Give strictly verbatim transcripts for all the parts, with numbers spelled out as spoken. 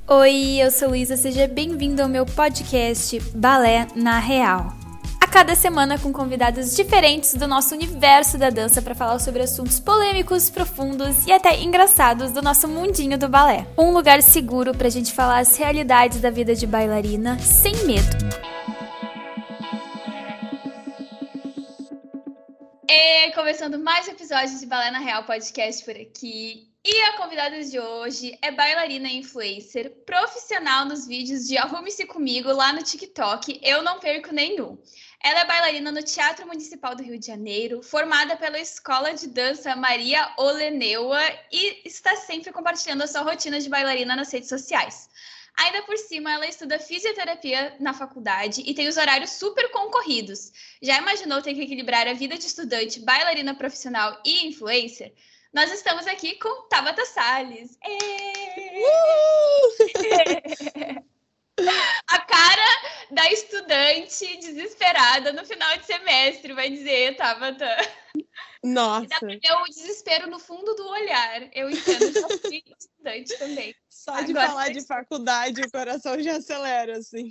Oi, eu sou Luísa, seja bem-vindo ao meu podcast Balé na Real. A cada semana com convidados diferentes do nosso universo da dança para falar sobre assuntos polêmicos, profundos e até engraçados do nosso mundinho do balé. Um lugar seguro pra gente falar as realidades da vida de bailarina sem medo. E começando mais um episódio de Balé na Real podcast por aqui. E a convidada de hoje é bailarina e influencer, profissional nos vídeos de Arrume-se Comigo lá no TikTok, eu não perco nenhum. Ela é bailarina no Teatro Municipal do Rio de Janeiro, formada pela Escola de Dança Maria Oleneua e está sempre compartilhando a sua rotina de bailarina nas redes sociais. Ainda por cima, ela estuda fisioterapia na faculdade e tem os horários super concorridos. Já imaginou ter que equilibrar a vida de estudante, bailarina profissional e influencer? Nós estamos aqui com Tabata Salles. A cara da estudante desesperada no final de semestre, vai dizer, Tabata. Nossa. É o desespero no fundo do olhar. Eu entendo, já fui estudante também. Só de Agora, falar de faculdade, o coração já acelera, assim.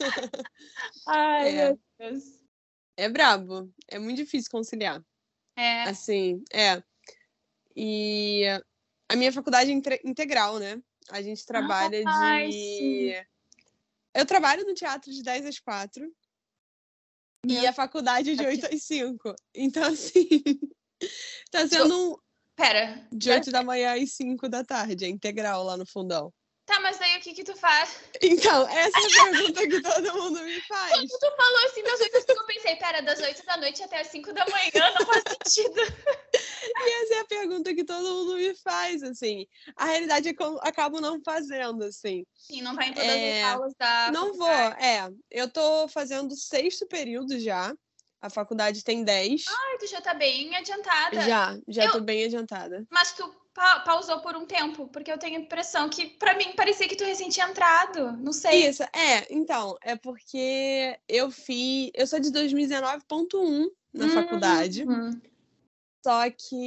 Ai, é. meu Deus. É brabo. É muito difícil conciliar. É. Assim, é. E a minha faculdade é integral, né? A gente trabalha ah, de... Sim. Eu trabalho no teatro de dez às quatro. Meu... E a faculdade é de oito às cinco. Então, assim... tá sendo um... Pera. De oito da manhã às cinco da tarde. É integral lá no fundão. Tá, mas daí o que que tu faz? Então, essa é a pergunta que todo mundo me faz. Quando tu falou assim das oito às cinco, eu pensei, pera, das oito da noite até as cinco da manhã, não faz sentido. E essa é a pergunta que todo mundo me faz, assim. A realidade é que eu acabo não fazendo, assim. Sim, não vai em todas é... as aulas da Não faculdade. vou, é. Eu tô fazendo sexto período já. A faculdade tem dez. Ai, tu já tá bem adiantada. Já, já eu... tô bem adiantada. Mas tu pa- pausou por um tempo, porque eu tenho a impressão que, pra mim, parecia que tu recém tinha entrado. Não sei. Isso, é. Então, é porque eu fiz... Eu sou de dois mil e dezenove ponto um na Hum, faculdade. Hum. Só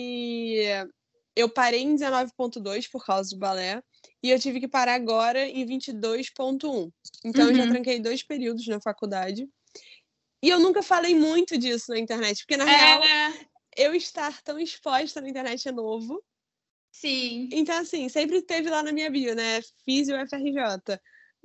que eu parei em dezenove ponto dois por causa do balé. E eu tive que parar agora em vinte e dois ponto um. Então, Uhum. eu já tranquei dois períodos na faculdade. E eu nunca falei muito disso na internet. Porque, na é... real, eu estar tão exposta na internet é novo. Sim. Então, assim, sempre teve lá na minha bio, né? Físio F R J.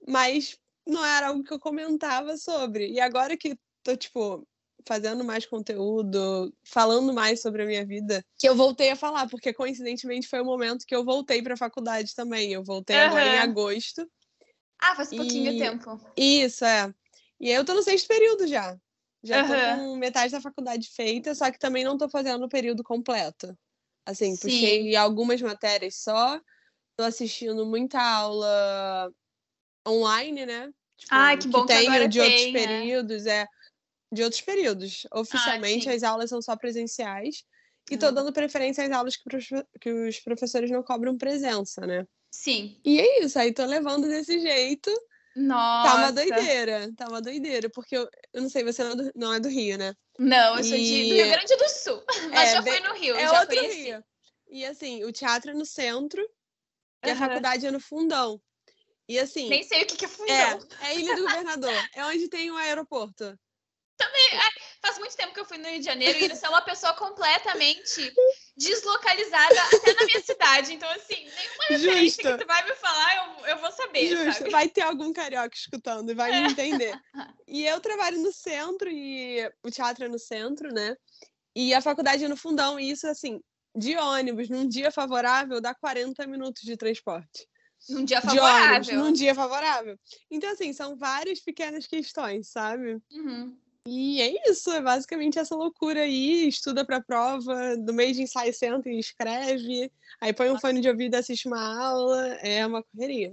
Mas não era algo que eu comentava sobre. E agora que tô, tipo... fazendo mais conteúdo, falando mais sobre a minha vida, que eu voltei a falar, porque coincidentemente foi o momento que eu voltei para a faculdade também. Eu voltei uhum. agora em agosto. Ah, faz pouquinho e... tempo. Isso, é. E aí eu tô no sexto período já. Já uhum. tô com metade da faculdade feita, só que também não tô fazendo o período completo. Assim, Sim. puxei algumas matérias só, tô assistindo muita aula online, né? Tipo, Ai, que bom que, que tenho agora de tem, outros né? períodos, é... de outros períodos. Oficialmente, ah, as aulas são só presenciais. E tô dando preferência às aulas que, que os professores não cobram presença, né? Sim. E é isso, aí tô levando desse jeito. Nossa. Tá uma doideira, tá uma doideira. Porque eu, eu não sei, você não é do, não é do Rio, né? Não, eu e... sou de, do Rio Grande do Sul. Mas é, já bem... fui no Rio, é já outro conheci. Rio. E assim, o teatro é no centro e uhum. a faculdade é no fundão. E assim... Nem sei o que, que é fundão. É, é Ilha do Governador. É onde tem o aeroporto. Também, faz muito tempo que eu fui no Rio de Janeiro e eu sou uma pessoa completamente deslocalizada até na minha cidade. Então, assim, nenhuma referência que tu vai me falar, eu, eu vou saber, Justo. sabe? Vai ter algum carioca escutando e vai é. me entender. E eu trabalho no centro, e o teatro é no centro, né? E a faculdade é no fundão, e isso, assim, de ônibus, num dia favorável, dá quarenta minutos de transporte. Num dia de favorável. Ônibus, num dia favorável. Então, assim, são várias pequenas questões, sabe? Uhum. E é isso, é basicamente essa loucura aí, estuda pra prova, no meio de ensaio senta e escreve, aí põe um Nossa. fone de ouvido e assiste uma aula, é uma correria.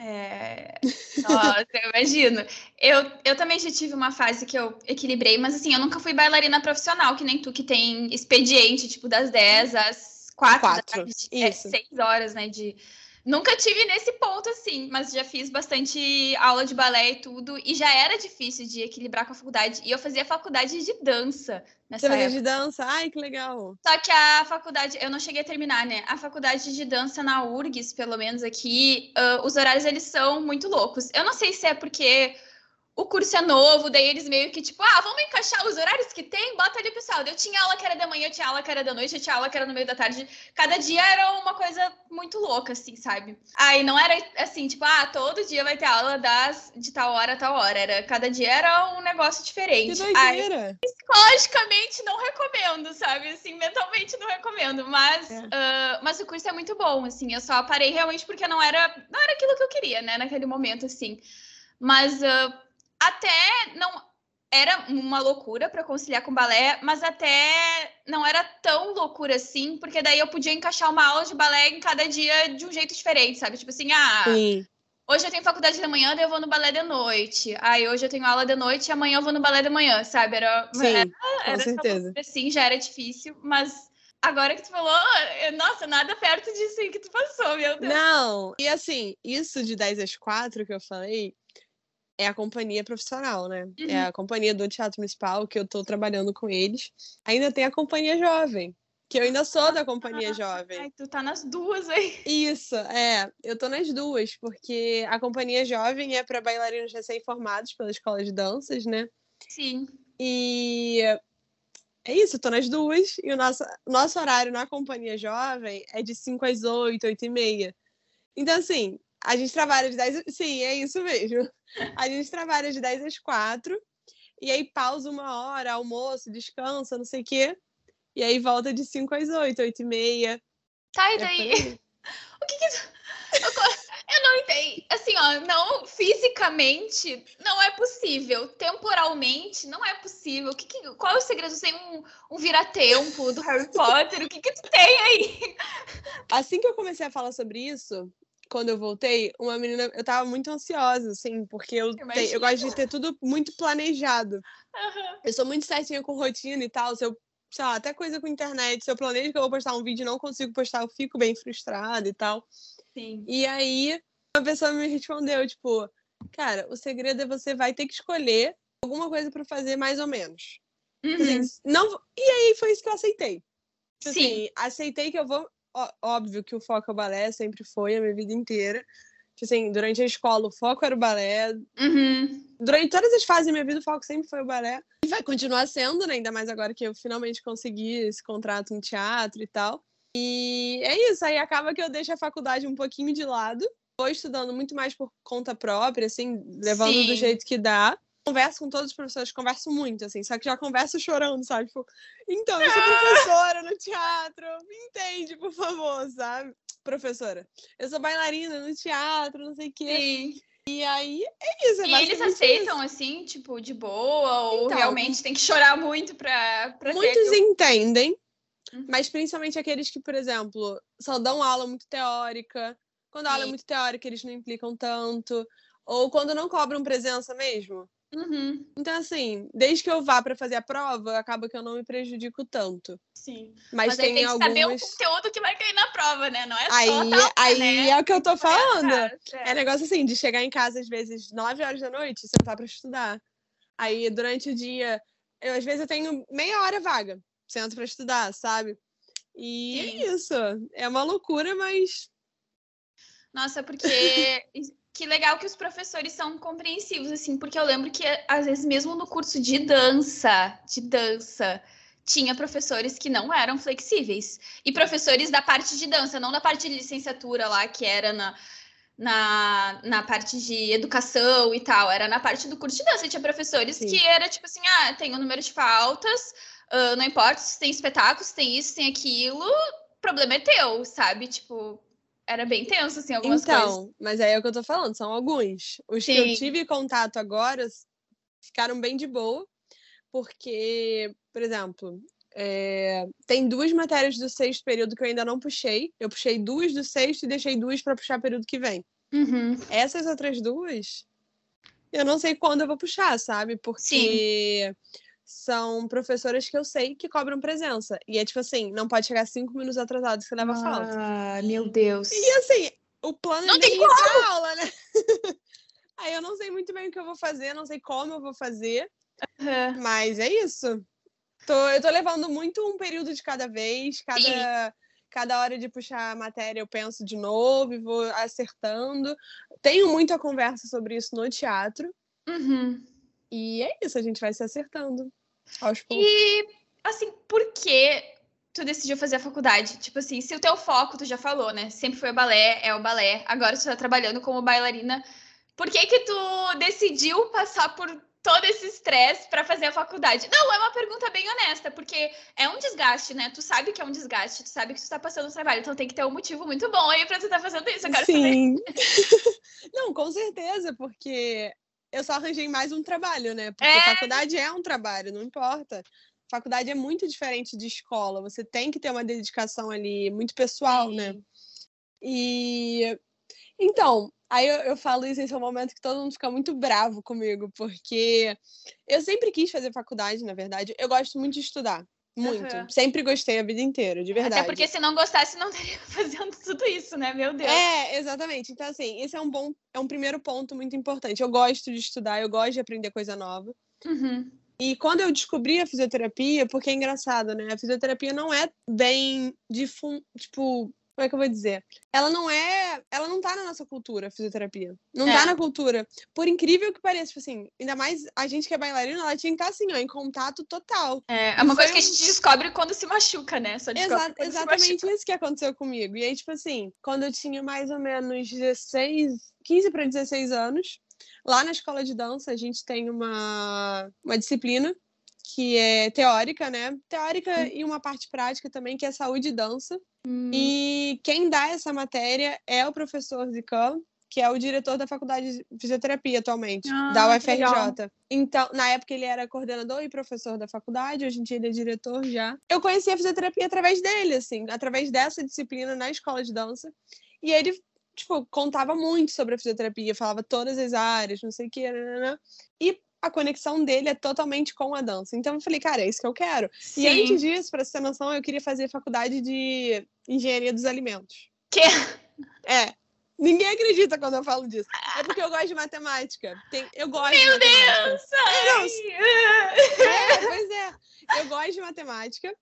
É... Nossa, eu imagino. Eu, eu também já tive uma fase que eu equilibrei, mas assim, eu nunca fui bailarina profissional, que nem tu, que tem expediente, tipo, das dez às quatro, Quatro. da tarde, é, seis horas, né, de, Nunca tive nesse ponto, assim, mas já fiz bastante aula de balé e tudo, e já era difícil de equilibrar com a faculdade. E eu fazia faculdade de dança nessa Você fazia época. de dança? Ai, que legal. Só que a faculdade, eu não cheguei a terminar, né? A faculdade de dança na U R G S, pelo menos aqui, uh, os horários eles são muito loucos. Eu não sei se é porque o curso é novo, daí eles meio que tipo, ah, vamos encaixar os horários que tem, bota ali, pessoal. Eu tinha aula que era da manhã, eu tinha aula que era da noite, eu tinha aula que era no meio da tarde. Cada dia era uma coisa muito louca, assim, sabe? Aí não era assim, tipo, ah, todo dia vai ter aula das, de tal hora a tal hora. Era, cada dia era um negócio diferente. Que doideira! Aí, psicologicamente não recomendo, sabe? Assim, mentalmente não recomendo. Mas, É. uh, mas o curso é muito bom, assim. Eu só parei realmente porque não era, não era aquilo que eu queria, né? Naquele momento, assim. Mas... Uh, até não era uma loucura para conciliar com balé, mas até não era tão loucura assim, porque daí eu podia encaixar uma aula de balé em cada dia de um jeito diferente, sabe? Tipo assim, ah, Sim. hoje eu tenho faculdade da manhã, daí eu vou no balé de noite. Aí hoje eu tenho aula de noite e amanhã eu vou no balé de manhã, sabe? Era, Sim, era, com era certeza. Assim, já era difícil, mas agora que tu falou, nossa, nada perto disso aí que tu passou, meu Deus. Não, e assim, isso de dez às quatro que eu falei é a companhia profissional, né? Uhum. É a companhia do Teatro Municipal, que eu tô trabalhando com eles. Ainda tem a companhia jovem, que eu ainda sou da companhia jovem. Ai, tu tá nas duas aí. Isso, é. Eu tô nas duas, porque a companhia jovem é para bailarinos recém-formados pela escola de danças, né? Sim. E é isso, eu tô nas duas. E o nosso, nosso horário na companhia jovem é de cinco às oito, oito e meia. Então, assim, a gente trabalha de dez... Sim, é isso mesmo. A gente trabalha de dez às quatro. E aí pausa uma hora, almoço, descansa, não sei o quê. E aí volta de cinco às oito, oito e meia. Tá, e É daí? por aí. O que que tu... Eu, eu não entendi. Assim, ó, não, fisicamente não é possível. Temporalmente não é possível. O que que... Qual é o segredo? Tu tem um, um vira-tempo do Harry Potter? O que que tu tem aí? Assim que eu comecei a falar sobre isso, quando eu voltei, uma menina... Eu tava muito ansiosa, assim, porque eu, te... eu gosto de ter tudo muito planejado. Uhum. Eu sou muito certinha com rotina e tal. Se eu, sei lá, até coisa com internet. Se eu planejo que eu vou postar um vídeo e não consigo postar, eu fico bem frustrada e tal. Sim. E aí, uma pessoa me respondeu, tipo, cara, o segredo é você vai ter que escolher alguma coisa pra fazer mais ou menos. Uhum. Assim, não... E aí foi isso que eu aceitei. Sim. Assim, aceitei que eu vou... Ó, óbvio que o foco é o balé, sempre foi a minha vida inteira. Assim, durante a escola, o foco era o balé. Uhum. Durante todas as fases da minha vida, o foco sempre foi o balé. E vai continuar sendo, né? Ainda mais agora que eu finalmente consegui esse contrato no teatro e tal. E é isso, aí acaba que eu deixo a faculdade um pouquinho de lado. Vou estudando muito mais por conta própria, assim, levando Sim. do jeito que dá. Converso com todos os professores, converso muito, assim, só que já converso chorando, sabe? Tipo, então, eu sou professora no teatro, me entende, por favor, sabe? Professora, eu sou bailarina no teatro, não sei o quê. Sim. E aí, é isso, é E eles aceitam, isso. assim, tipo, de boa? Ou Então, realmente tem que chorar muito pra, pra muitos ter... Aquilo... entendem, Uhum. mas principalmente aqueles que, por exemplo, só dão aula muito teórica. Quando a aula é muito teórica, eles não implicam tanto. Ou quando não cobram presença mesmo. Uhum. Então, assim, desde que eu vá para fazer a prova, acaba que eu não me prejudico tanto. Sim. Mas, Mas aí tem, tem que algumas... saber o conteúdo que vai cair na prova, né? Não é só Aí, tal, aí né? é o que eu tô falando. É. É negócio assim, de chegar em casa às vezes nove horas da noite e sentar para estudar. Aí, durante o dia, eu, às vezes eu tenho meia hora vaga, sento para estudar, sabe? E Sim. é isso. É uma loucura, mas... Nossa, porque... Que legal que os professores são compreensivos, assim, porque eu lembro que, às vezes, mesmo no curso de dança, de dança, tinha professores que não eram flexíveis. E professores da parte de dança, não da parte de licenciatura lá, que era na, na, na parte de educação e tal. Era na parte do curso de dança. E tinha professores Sim. que era tipo assim, ah, tem o número de faltas, uh, não importa se tem espetáculos, se tem isso, tem aquilo, o problema é teu, sabe? Tipo... Era bem tenso, assim, algumas então, coisas. Então, mas aí é o que eu tô falando, são alguns. Os Sim. que eu tive contato agora ficaram bem de boa, porque, por exemplo, é... tem duas matérias do sexto período que eu ainda não puxei. Eu puxei duas do sexto e deixei duas para puxar período que vem. Uhum. Essas outras duas, eu não sei quando eu vou puxar, sabe? Porque... Sim. São professoras que eu sei que cobram presença. E é tipo assim, não pode chegar cinco minutos atrasado, você leva ah, falta. Ah, meu Deus. E assim, o plano Não é tem nem ir pra aula, né? Aí eu não sei muito bem o que eu vou fazer, não sei como eu vou fazer. Uhum. Mas é isso. Tô, eu tô levando muito um período de cada vez. Cada, cada hora de puxar a matéria eu penso de novo e vou acertando. Tenho muita conversa sobre isso no teatro. Uhum. E é isso, a gente vai se acertando aos poucos. E, assim, por que tu decidiu fazer a faculdade? Tipo assim, se o teu foco, tu já falou, né? Sempre foi o balé, é o balé. Agora tu tá trabalhando como bailarina. Por que que tu decidiu passar por todo esse estresse pra fazer a faculdade? Não, é uma pergunta bem honesta, porque é um desgaste, né? Tu sabe que é um desgaste, tu sabe que tu tá passando o trabalho, então tem que ter um motivo muito bom aí pra tu tá fazendo isso, eu quero Sim. Não, com certeza, porque eu só arranjei mais um trabalho, né? Porque É. faculdade é um trabalho, não importa. Faculdade é muito diferente de escola. Você tem que ter uma dedicação ali muito pessoal, Sim. né? E então, aí eu, eu falo isso, esse é um momento que todo mundo fica muito bravo comigo, porque eu sempre quis fazer faculdade, na verdade. Eu gosto muito de estudar. Muito. Uhum. Sempre gostei a vida inteira, de verdade. Até porque se não gostasse, não teria fazendo tudo isso, né? Meu Deus. É, exatamente. Então, assim, esse é um bom, é um primeiro ponto muito importante. Eu gosto de estudar, eu gosto de aprender coisa nova. Uhum. E quando eu descobri a fisioterapia, porque é engraçado, né? A fisioterapia não é bem difun... tipo, como é que eu vou dizer? Ela não é, ela não tá na nossa cultura, a fisioterapia. Não É. tá na cultura. Por incrível que pareça, tipo assim, ainda mais a gente que é bailarina, ela tinha que estar assim, ó, em contato total. É, é E uma foi coisa que a um- gente descobre quando se machuca, né? Só descobre Exa- quando se exatamente machuca. isso que aconteceu comigo. E aí, tipo assim, quando eu tinha mais ou menos dezesseis, quinze para dezesseis anos, lá na escola de dança, a gente tem uma, uma disciplina que é teórica, né? Teórica e uma parte prática também, que é saúde e dança. Hum. E quem dá essa matéria é o professor Zican, que é o diretor da faculdade de fisioterapia atualmente, Ah, da que U F R J. legal. Então, na época ele era coordenador e professor da faculdade, hoje em dia ele é diretor já. Eu conheci a fisioterapia através dele, assim, através dessa disciplina na escola de dança. E ele, tipo, contava muito sobre a fisioterapia, falava todas as áreas, não sei o que, nanana. E a conexão dele é totalmente com a dança. Então eu falei, cara, é isso que eu quero. Sim. E antes disso, pra você ter noção, eu queria fazer faculdade de engenharia dos alimentos. Que? É. Ninguém acredita quando eu falo disso. É porque eu gosto de matemática. Tem... Eu gosto Meu de matemática. Deus! É, não, Ai. é, pois é. Eu gosto de matemática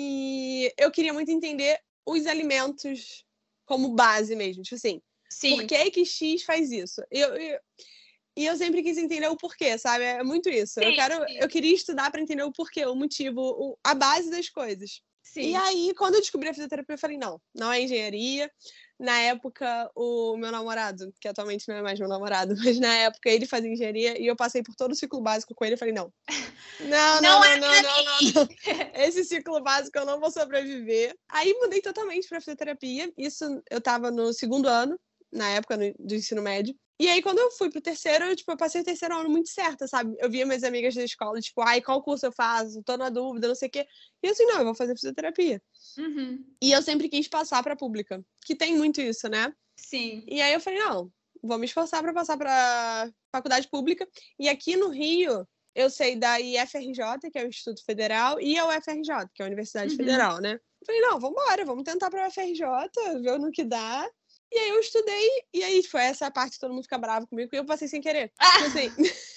e eu queria muito entender os alimentos como base mesmo. Tipo assim, Sim. por que que X faz isso? Eu, eu... E eu sempre quis entender o porquê, sabe? É muito isso. Sim, eu, quero, sim. eu queria estudar para entender o porquê, o motivo, o, a base das coisas. Sim. E aí, quando eu descobri a fisioterapia, eu falei, não, não é engenharia. Na época, o meu namorado, que atualmente não é mais meu namorado, mas na época ele fazia engenharia e eu passei por todo o ciclo básico com ele. Eu falei, não, não, não, Não não, é não, pra não, não, não. Esse ciclo básico eu não vou sobreviver. Aí mudei totalmente para fisioterapia. Isso eu tava no segundo ano, na época no, do ensino médio. E aí, quando eu fui pro terceiro, eu, tipo, eu passei o terceiro ano muito certa, sabe? Eu via minhas amigas da escola, tipo, ai, qual curso eu faço? Tô na dúvida, não sei o quê. E eu assim, não, eu vou fazer fisioterapia. Uhum. E eu sempre quis passar pra pública, que tem muito isso, né? Sim. E aí eu falei, não, vou me esforçar pra passar pra faculdade pública. E aqui no Rio, eu sei da I F R J, que é o Instituto Federal, e a U F R J, que é a Universidade Uhum. Federal, né? Eu falei, não, vambora, vamos tentar pra U F R J, ver no que dá. E aí eu estudei, e aí foi essa parte que todo mundo fica bravo comigo, e eu passei sem querer. Ah! Tipo assim...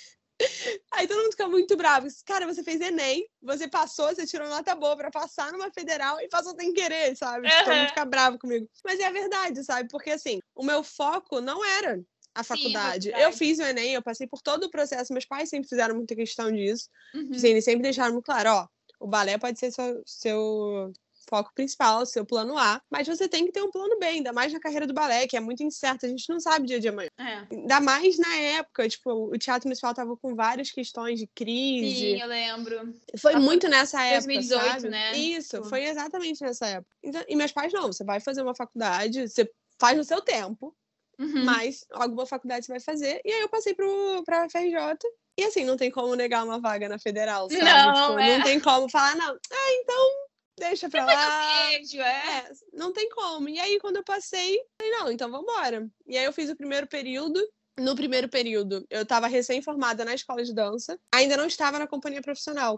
Aí todo mundo fica muito bravo. Cara, você fez Enem, você passou, você tirou nota boa pra passar numa federal e passou sem querer, sabe? Tipo, todo mundo fica bravo comigo. Mas é a verdade, sabe? Porque assim, o meu foco não era a faculdade. Sim, a eu faculdade. fiz o Enem, eu passei por todo o processo, meus pais sempre fizeram muita questão disso. Uhum. Assim, eles sempre deixaram muito claro, ó, o balé pode ser seu, seu foco principal, seu plano A, mas você tem que ter um plano B, ainda mais na carreira do balé, que é muito incerta, a gente não sabe o dia de amanhã. É. Ainda mais na época, tipo, o Teatro Municipal tava com várias questões de crise. Sim, eu lembro. Foi Lá muito nessa época, dois mil e dezoito, sabe? né? Isso, Tipo... foi exatamente nessa época. Então, e meus pais, não, você vai fazer uma faculdade, você faz no seu tempo, Uhum. mas alguma faculdade você vai fazer. E aí eu passei pro, pra U F R J. E assim, não tem como negar uma vaga na federal, sabe? Não, tipo, é. não tem como falar, não, ah, então deixa pra lá. Beijo, é. É, não tem como. E aí, quando eu passei, falei, não, então vambora. E aí eu fiz o primeiro período. No primeiro período, eu estava recém-formada na escola de dança. Ainda não estava na companhia profissional.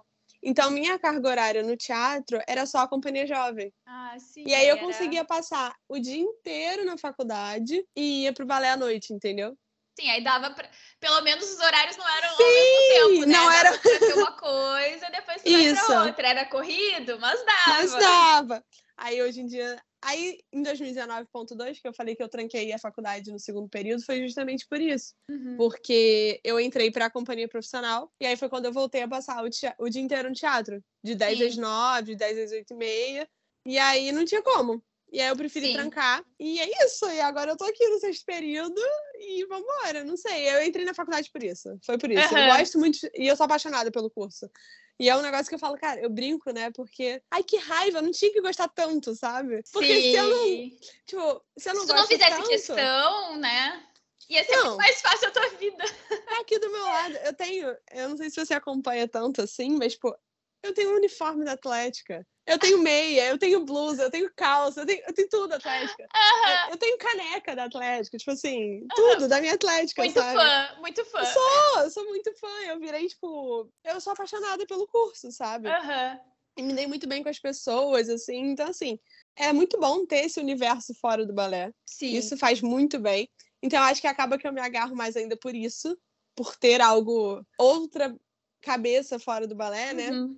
Então, minha carga horária no teatro era só a companhia jovem. Ah, sim. E aí eu era... conseguia passar o dia inteiro na faculdade e ia pro balé à noite, entendeu? Sim, aí dava pra... Pelo menos os horários não eram Sim, ao mesmo tempo, né? não Dava era... pra ter uma coisa, depois tu vai Isso. pra outra. Era corrido, mas dava. Mas dava. Aí, hoje em dia... Aí, em dois mil e dezenove ponto dois, que eu falei que eu tranquei a faculdade no segundo período, foi justamente por isso. Uhum. Porque eu entrei pra companhia profissional, e aí foi quando eu voltei a passar o, tea... o dia inteiro no teatro. De dez Sim. às nove, de dez às oito e meia. E aí, não tinha como. E aí, eu preferi Sim. trancar. E é isso. E agora eu tô aqui no sexto período e vambora. Não sei. Eu entrei na faculdade por isso. Foi por isso. Uhum. Eu gosto muito... E eu sou apaixonada pelo curso. E é um negócio que eu falo, cara, eu brinco, né? Porque, ai, que raiva, eu não tinha que gostar tanto, sabe? Porque Sim. se eu não, tipo, se eu não se tu gosto não fizesse tanto, questão, né? Ia ser Não. muito mais fácil a tua vida. aqui do meu lado, eu tenho, eu não sei se você acompanha tanto assim, mas, tipo, eu tenho um uniforme da Atlética. Eu tenho meia, eu tenho blusa, eu tenho calça, eu tenho, eu tenho tudo da Atlética. Uhum. Eu, eu tenho caneca da Atlética, tipo assim, tudo da minha Atlética, Muito sabe? fã, muito fã. Eu sou, eu sou muito fã. Eu virei, tipo, eu sou apaixonada pelo curso, sabe? Uhum. E me dei muito bem com as pessoas, assim. Então, assim, é muito bom ter esse universo fora do balé. Sim. Isso faz muito bem. Então, eu acho que acaba que eu me agarro mais ainda por isso. Por ter algo, outra cabeça fora do balé, né? Uhum.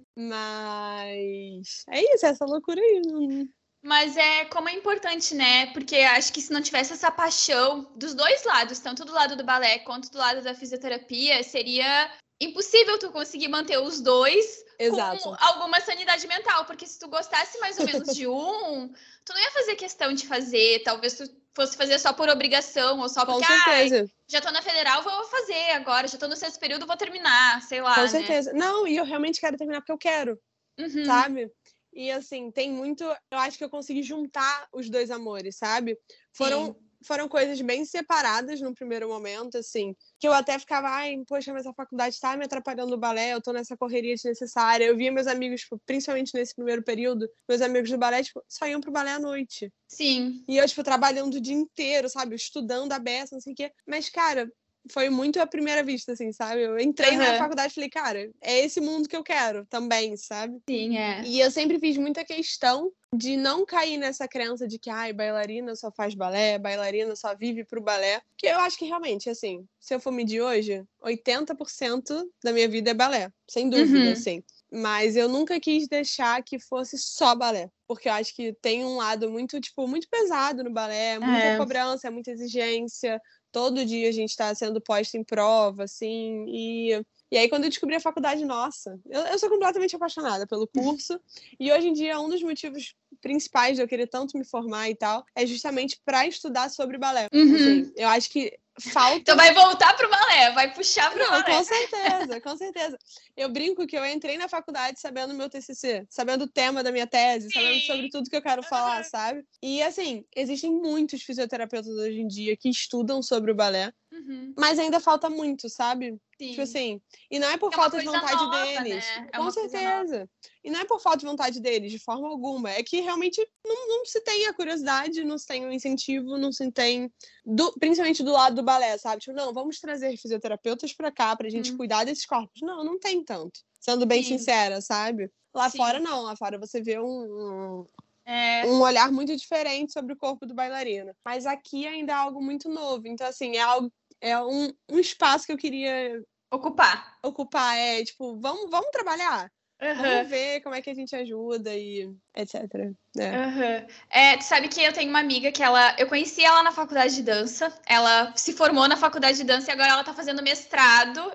Mas é isso, essa loucura aí. Não... Mas é como é importante, né? Porque acho que se não tivesse essa paixão dos dois lados, tanto do lado do balé quanto do lado da fisioterapia, seria impossível tu conseguir manter os dois Exato. com alguma sanidade mental. Porque se tu gostasse mais ou menos de um, tu não ia fazer questão de fazer. Talvez tu fosse fazer só por obrigação ou só Com porque, certeza. ah, já tô na federal, vou fazer agora. Já tô no sexto período, vou terminar, sei lá, Com né? certeza. Não, e eu realmente quero terminar porque eu quero, Uhum. sabe? E, assim, tem muito... Eu acho que eu consegui juntar os dois amores, sabe? Foram, foram coisas bem separadas no primeiro momento, assim, que eu até ficava, ai, poxa, mas a faculdade tá me atrapalhando no balé, eu tô nessa correria desnecessária. Eu via meus amigos, tipo, principalmente nesse primeiro período, meus amigos do balé, tipo, só iam pro balé à noite. Sim. E eu, tipo, trabalhando o dia inteiro, sabe? Estudando a beça, não sei o quê. Mas, cara... Foi muito à primeira vista, assim, sabe? Eu entrei Uhum. na faculdade e falei, cara, é esse mundo que eu quero também, sabe? Sim, é. E eu sempre fiz muita questão de não cair nessa crença de que, ai, bailarina só faz balé, bailarina só vive pro balé. Que eu acho que realmente, assim, se eu for medir hoje, oitenta por cento da minha vida é balé, sem dúvida, Uhum. assim. Mas eu nunca quis deixar que fosse só balé. Porque eu acho que tem um lado muito, tipo, muito pesado no balé, muita É. cobrança, muita exigência. Todo dia a gente tá sendo posto em prova, assim, e... E aí, quando eu descobri a faculdade, nossa, eu, eu sou completamente apaixonada pelo curso. E hoje em dia, um dos motivos principais de eu querer tanto me formar e tal, é justamente para estudar sobre balé. Uhum. Assim, eu acho que falta... Então vai voltar pro balé, vai puxar pro Não, balé. com certeza, com certeza. Eu brinco que eu entrei na faculdade sabendo o meu T C C, sabendo o tema da minha tese, Sim. sabendo sobre tudo que eu quero falar, Uhum. sabe? E, assim, existem muitos fisioterapeutas hoje em dia que estudam sobre o balé, Uhum. mas ainda falta muito, sabe? Sim. Tipo assim, e não é por É uma falta de coisa vontade nova, deles. né? É Com uma coisa certeza. E não é por falta de vontade deles, de forma alguma. É que realmente não, não se tem a curiosidade, não se tem o incentivo, não se tem. Do, principalmente do lado do balé, sabe? Tipo, não, vamos trazer fisioterapeutas pra cá pra gente Hum. cuidar desses corpos. Não, não tem tanto. Sendo bem Sim. sincera, sabe? Lá Sim. fora, não. Lá fora você vê um, um, É. um olhar muito diferente sobre o corpo do bailarino. Mas aqui ainda é algo muito novo. Então, assim, é algo. É um, um espaço que eu queria Ocupar. ocupar. É, tipo, vamos, vamos trabalhar. Uhum. Vamos ver como é que a gente ajuda e etcétera. É. Uhum. É, tu sabe que eu tenho uma amiga que ela... Eu conheci ela na faculdade de dança. Ela se formou na faculdade de dança e agora ela tá fazendo mestrado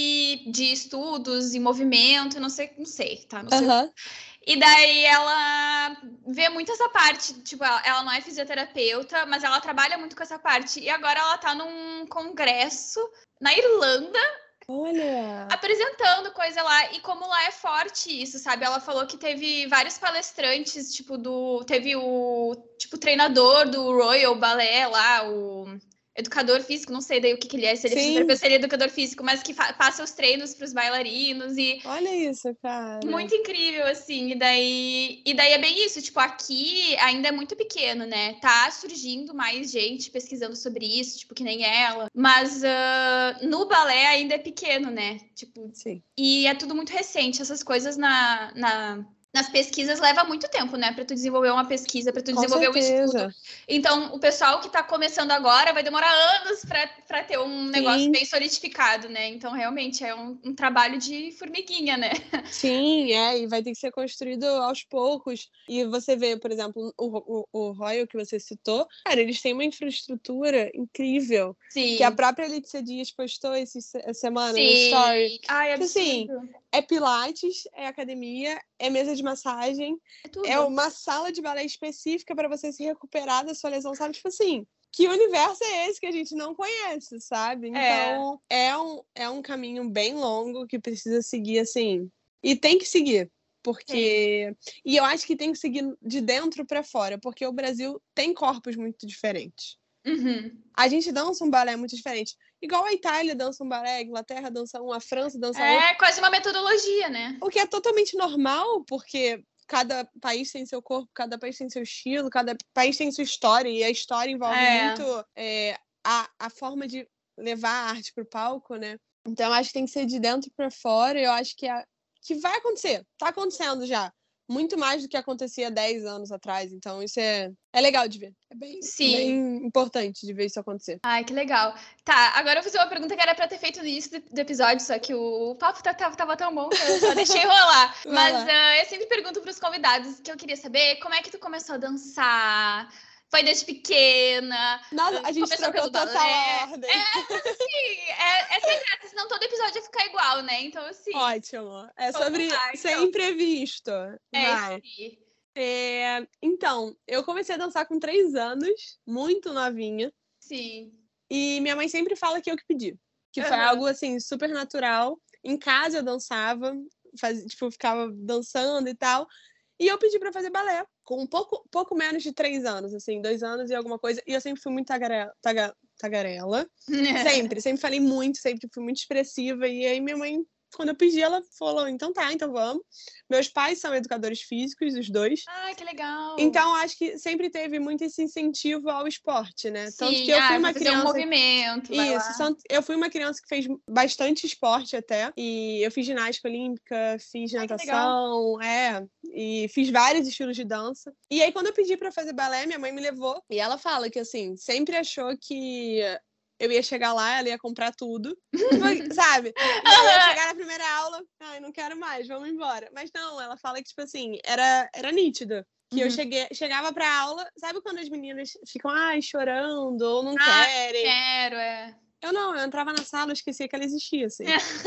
e de estudos e movimento, não sei, não sei, tá? Não sei. Uhum. E daí ela vê muito essa parte, tipo, ela, ela não é fisioterapeuta, mas ela trabalha muito com essa parte. E agora ela tá num congresso na Irlanda, Olha! apresentando coisa lá, e como lá é forte isso, sabe? Ela falou que teve vários palestrantes, tipo, do... Teve o, tipo, treinador do Royal Ballet lá, o educador físico, não sei daí o que, que ele é, se ele é Sim. fisioterapeuta, se ele é educador físico, mas que passa os treinos pros bailarinos e... Olha isso, cara. Muito incrível, assim, e daí, e daí é bem isso, tipo, aqui ainda é muito pequeno, né, tá surgindo mais gente pesquisando sobre isso, tipo, que nem ela, mas uh, no balé ainda é pequeno, né, tipo, Sim. E é tudo muito recente, essas coisas na... na... Nas pesquisas leva muito tempo, né? Pra tu desenvolver uma pesquisa, pra tu Com desenvolver certeza. um estudo. Então, o pessoal que tá começando agora vai demorar anos pra, pra ter um Sim. negócio bem solidificado, né? Então, realmente, é um, um trabalho de formiguinha, né? Sim, é, e vai ter que ser construído aos poucos. E você vê, por exemplo, o, o, o Royal que você citou, cara, eles têm uma infraestrutura incrível. Sim. Que a própria Letícia Dias postou essa semana Sim. no Story. Ai, Que, assim, absurdo. é pilates, é academia, é mesa de massagem, É tudo. é uma sala de balé específica para você se recuperar da sua lesão, sabe? Tipo assim, que universo é esse que a gente não conhece, sabe? Então, é, é, um, é um caminho bem longo que precisa seguir, assim, e tem que seguir. Porque... Sim. E eu acho que tem que seguir de dentro para fora, porque o Brasil tem corpos muito diferentes. Uhum. A gente dança um balé muito diferente. Igual a Itália dança um balé, a Inglaterra dança um, a França dança é, outro. É quase uma metodologia, né? O que é totalmente normal, porque cada país tem seu corpo, cada país tem seu estilo, cada país tem sua história, e a história envolve é. muito é, a, a forma de levar a arte pro palco, né? Então, eu acho que tem que ser de dentro para fora, e eu acho que, é, que vai acontecer. Tá acontecendo já. Muito mais do que acontecia dez anos atrás. Então, isso é, é legal de ver. É bem, bem importante de ver isso acontecer. Ai, que legal. Tá, agora eu vou fazer uma pergunta que era pra ter feito no início do, do episódio, só que o papo tá, tá, tava tão bom que eu só deixei rolar. Mas uh, eu sempre pergunto pros convidados que eu queria saber como é que tu começou a dançar? Foi desde pequena? Nossa, a gente trocou total ordem. É, mas assim, é, é sempre assim, senão todo episódio ia ficar igual, né? Então, assim... Ótimo. É sobre lá, ser então. imprevisto. É, sim. É, então, eu comecei a dançar com três anos, muito novinha. Sim. E minha mãe sempre fala que eu que pedi. Que uhum. foi algo, assim, super natural. Em casa eu dançava, faz, tipo, ficava dançando e tal. E eu pedi pra fazer balé, com um pouco, pouco menos de três anos, assim, dois anos e alguma coisa. E eu sempre fui muito tagarela. Taga, tagarela. sempre, sempre falei muito, sempre fui muito expressiva. E aí minha mãe... Quando eu pedi, ela falou, então tá, então vamos. Meus pais são educadores físicos, os dois. Ai, que legal. Então, acho que sempre teve muito esse incentivo ao esporte, né? Sim, Tanto que eu ah, fui uma fazer criança... um movimento, Isso, eu fui uma criança que fez bastante esporte até. E eu fiz ginástica olímpica, fiz Ai, natação, é... E fiz vários estilos de dança. E aí, quando eu pedi pra fazer balé, minha mãe me levou. E ela fala que, assim, sempre achou que... eu ia chegar lá, ela ia comprar tudo, sabe? E aí eu ia chegar na primeira aula, ai, não quero mais, vamos embora. Mas não, ela fala que, tipo assim, era, era nítido. Que uhum. eu cheguei, chegava pra aula, sabe quando as meninas ficam, ai, chorando, ou não ah, querem? quero, é. Eu não, eu entrava na sala, eu esquecia que ela existia, assim.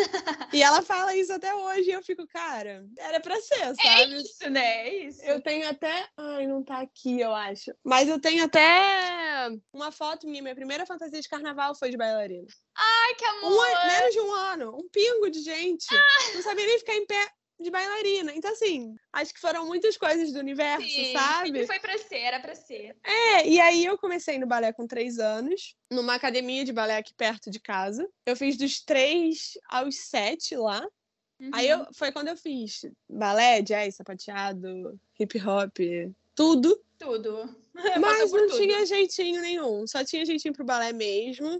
E ela fala isso até hoje, e eu fico, cara, era pra ser, sabe? É isso, né? É isso. Eu tenho até... Ai, não tá aqui, eu acho. Mas eu tenho até uma foto minha. Minha primeira fantasia de carnaval foi de bailarina. Ai, que amor! Um, menos de um ano. Um pingo de gente. Ah. Não sabia nem ficar em pé de bailarina. Então, assim, acho que foram muitas coisas do universo, Sim, sabe? sempre foi pra ser, era pra ser. É, e aí eu comecei no balé com três anos, numa academia de balé aqui perto de casa. Eu fiz dos três aos sete lá. Uhum. Aí eu, foi quando eu fiz balé, jazz, sapateado, hip hop, tudo. Tudo. Mas não tudo. tinha jeitinho nenhum, só tinha jeitinho pro balé mesmo.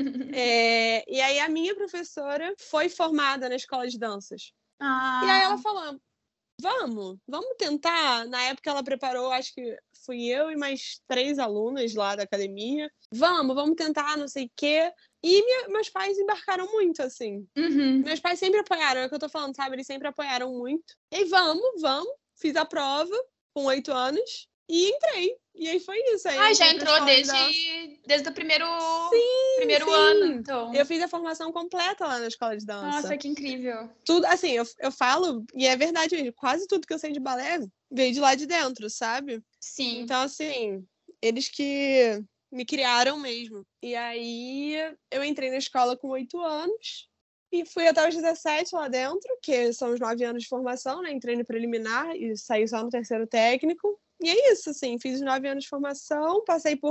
é, e aí a minha professora foi formada na escola de danças. Ah. E aí ela falou, vamos, vamos tentar. Na época ela preparou, acho que fui eu e mais três alunas lá da academia. Vamos, vamos tentar, não sei o quê. E minha, meus pais embarcaram muito, assim. Uhum. Meus pais sempre apoiaram, é o que eu tô falando, sabe? Eles sempre apoiaram muito. E aí, vamos, vamos. Fiz a prova com oito anos e entrei. E aí foi isso. Aí ah, já entrou desde, desde o primeiro, sim, primeiro sim. ano, então. Eu fiz a formação completa lá na escola de dança. Nossa, que incrível. Tudo, assim, eu, eu falo, e é verdade mesmo, quase tudo que eu sei de balé veio de lá de dentro, sabe? Sim. Então, assim, eles que me criaram mesmo. E aí eu entrei na escola com oito anos e fui até os dezessete lá dentro, que são os nove anos de formação, né? Entrei no preliminar e saí só no terceiro técnico. E é isso, assim, fiz os nove anos de formação, passei por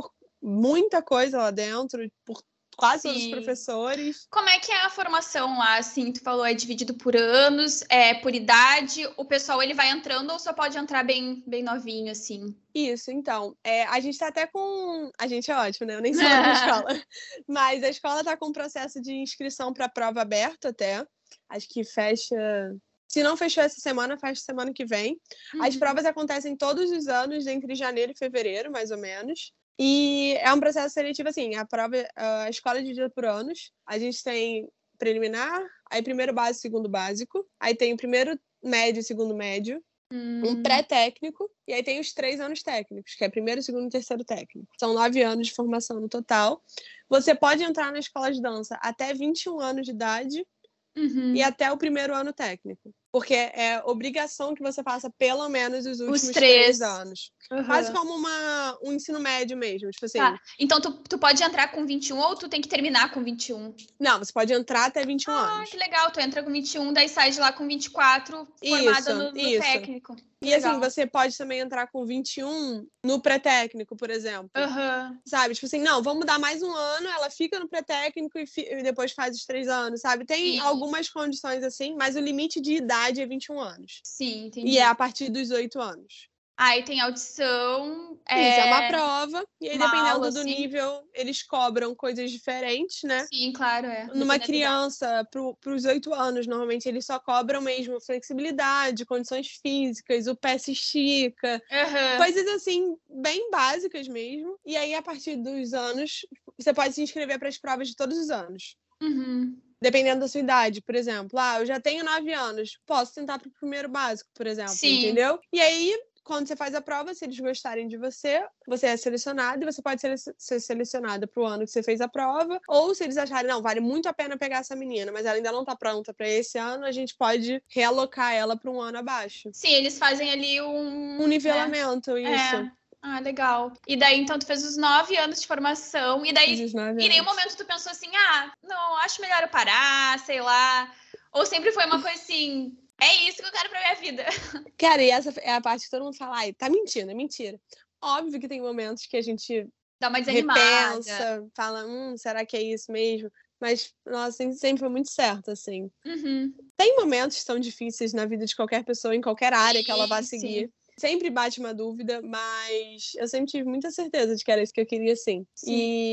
muita coisa lá dentro, por quase todos os Sim. professores. Como é que é a formação lá, assim? Tu falou, é dividido por anos, é por idade. O pessoal, ele vai entrando ou só pode entrar bem, bem novinho, assim? Isso, então. É, a gente tá até com... A gente é ótimo, né? Eu nem sou da escola. Mas a escola tá com um processo de inscrição para prova aberta até. Acho que fecha... Se não fechou essa semana, fecha semana que vem. Uhum. As provas acontecem todos os anos, entre janeiro e fevereiro, mais ou menos. E é um processo seletivo, assim, a prova, a escola é dividida por anos. A gente tem preliminar, aí primeiro básico, segundo básico. Aí tem o primeiro médio e segundo médio. Hum. Um pré-técnico. E aí tem os três anos técnicos, que é primeiro, segundo e terceiro técnico. São nove anos de formação no total. Você pode entrar na escola de dança até vinte e um anos de idade. Uhum. E até o primeiro ano técnico. Porque é obrigação que você faça pelo menos os últimos Os três. três anos. Uhum. Quase como uma, um ensino médio mesmo. Tipo assim. Tá. Então, tu, tu pode entrar com vinte e um ou tu tem que terminar com vinte e um? Não, você pode entrar até vinte e um Ah, anos. que legal. Tu entra com vinte e um, daí sai de lá com vinte e quatro, formada Isso, no, no isso. técnico. Que E legal. assim, você pode também entrar com vinte e um no pré-técnico, por exemplo. Uhum. Sabe? Tipo assim, não, vamos dar mais um ano, ela fica no pré-técnico e, fi- e depois faz os três anos, sabe? Tem Sim. algumas condições assim, mas o limite de idade é vinte e um anos. Sim, entendi. E é a partir dos oito anos. Aí tem audição. Isso, é uma prova. E aí, uma dependendo aula, do assim. nível, eles cobram coisas diferentes, né? Sim, claro, é. Numa Dependendo da- criança, para os oito anos, normalmente eles só cobram mesmo flexibilidade, condições físicas, o pé se estica, Uhum. coisas assim, bem básicas mesmo. E aí, a partir dos anos, você pode se inscrever para as provas de todos os anos. Uhum. Dependendo da sua idade, por exemplo. Ah, eu já tenho nove anos, posso tentar para o primeiro básico, por exemplo, Sim. entendeu? E aí, quando você faz a prova, se eles gostarem de você, você é selecionado e você pode ser, ser selecionada para o ano que você fez a prova. Ou se eles acharem, não, vale muito a pena pegar essa menina, mas ela ainda não está pronta para esse ano, a gente pode realocar ela para um ano abaixo. Sim, eles fazem ali um... Um nivelamento, né? isso. É. Ah, legal. E daí, então, tu fez os nove anos de formação, e daí, Fiz os nove em nenhum anos. momento tu pensou assim, ah, não, acho melhor eu parar, sei lá. Ou sempre foi uma coisa assim, é isso que eu quero pra minha vida. Cara, e essa é a parte que todo mundo fala, ai, tá mentindo, é mentira. Óbvio que tem momentos que a gente Dá uma desanimada. repensa, fala, hum, será que é isso mesmo? Mas, nossa, sempre foi muito certo, assim. Uhum. Tem momentos que são difíceis na vida de qualquer pessoa, em qualquer área Sim, que ela vá sim. seguir. Sempre bate uma dúvida, mas eu sempre tive muita certeza de que era isso que eu queria, sim. Sim.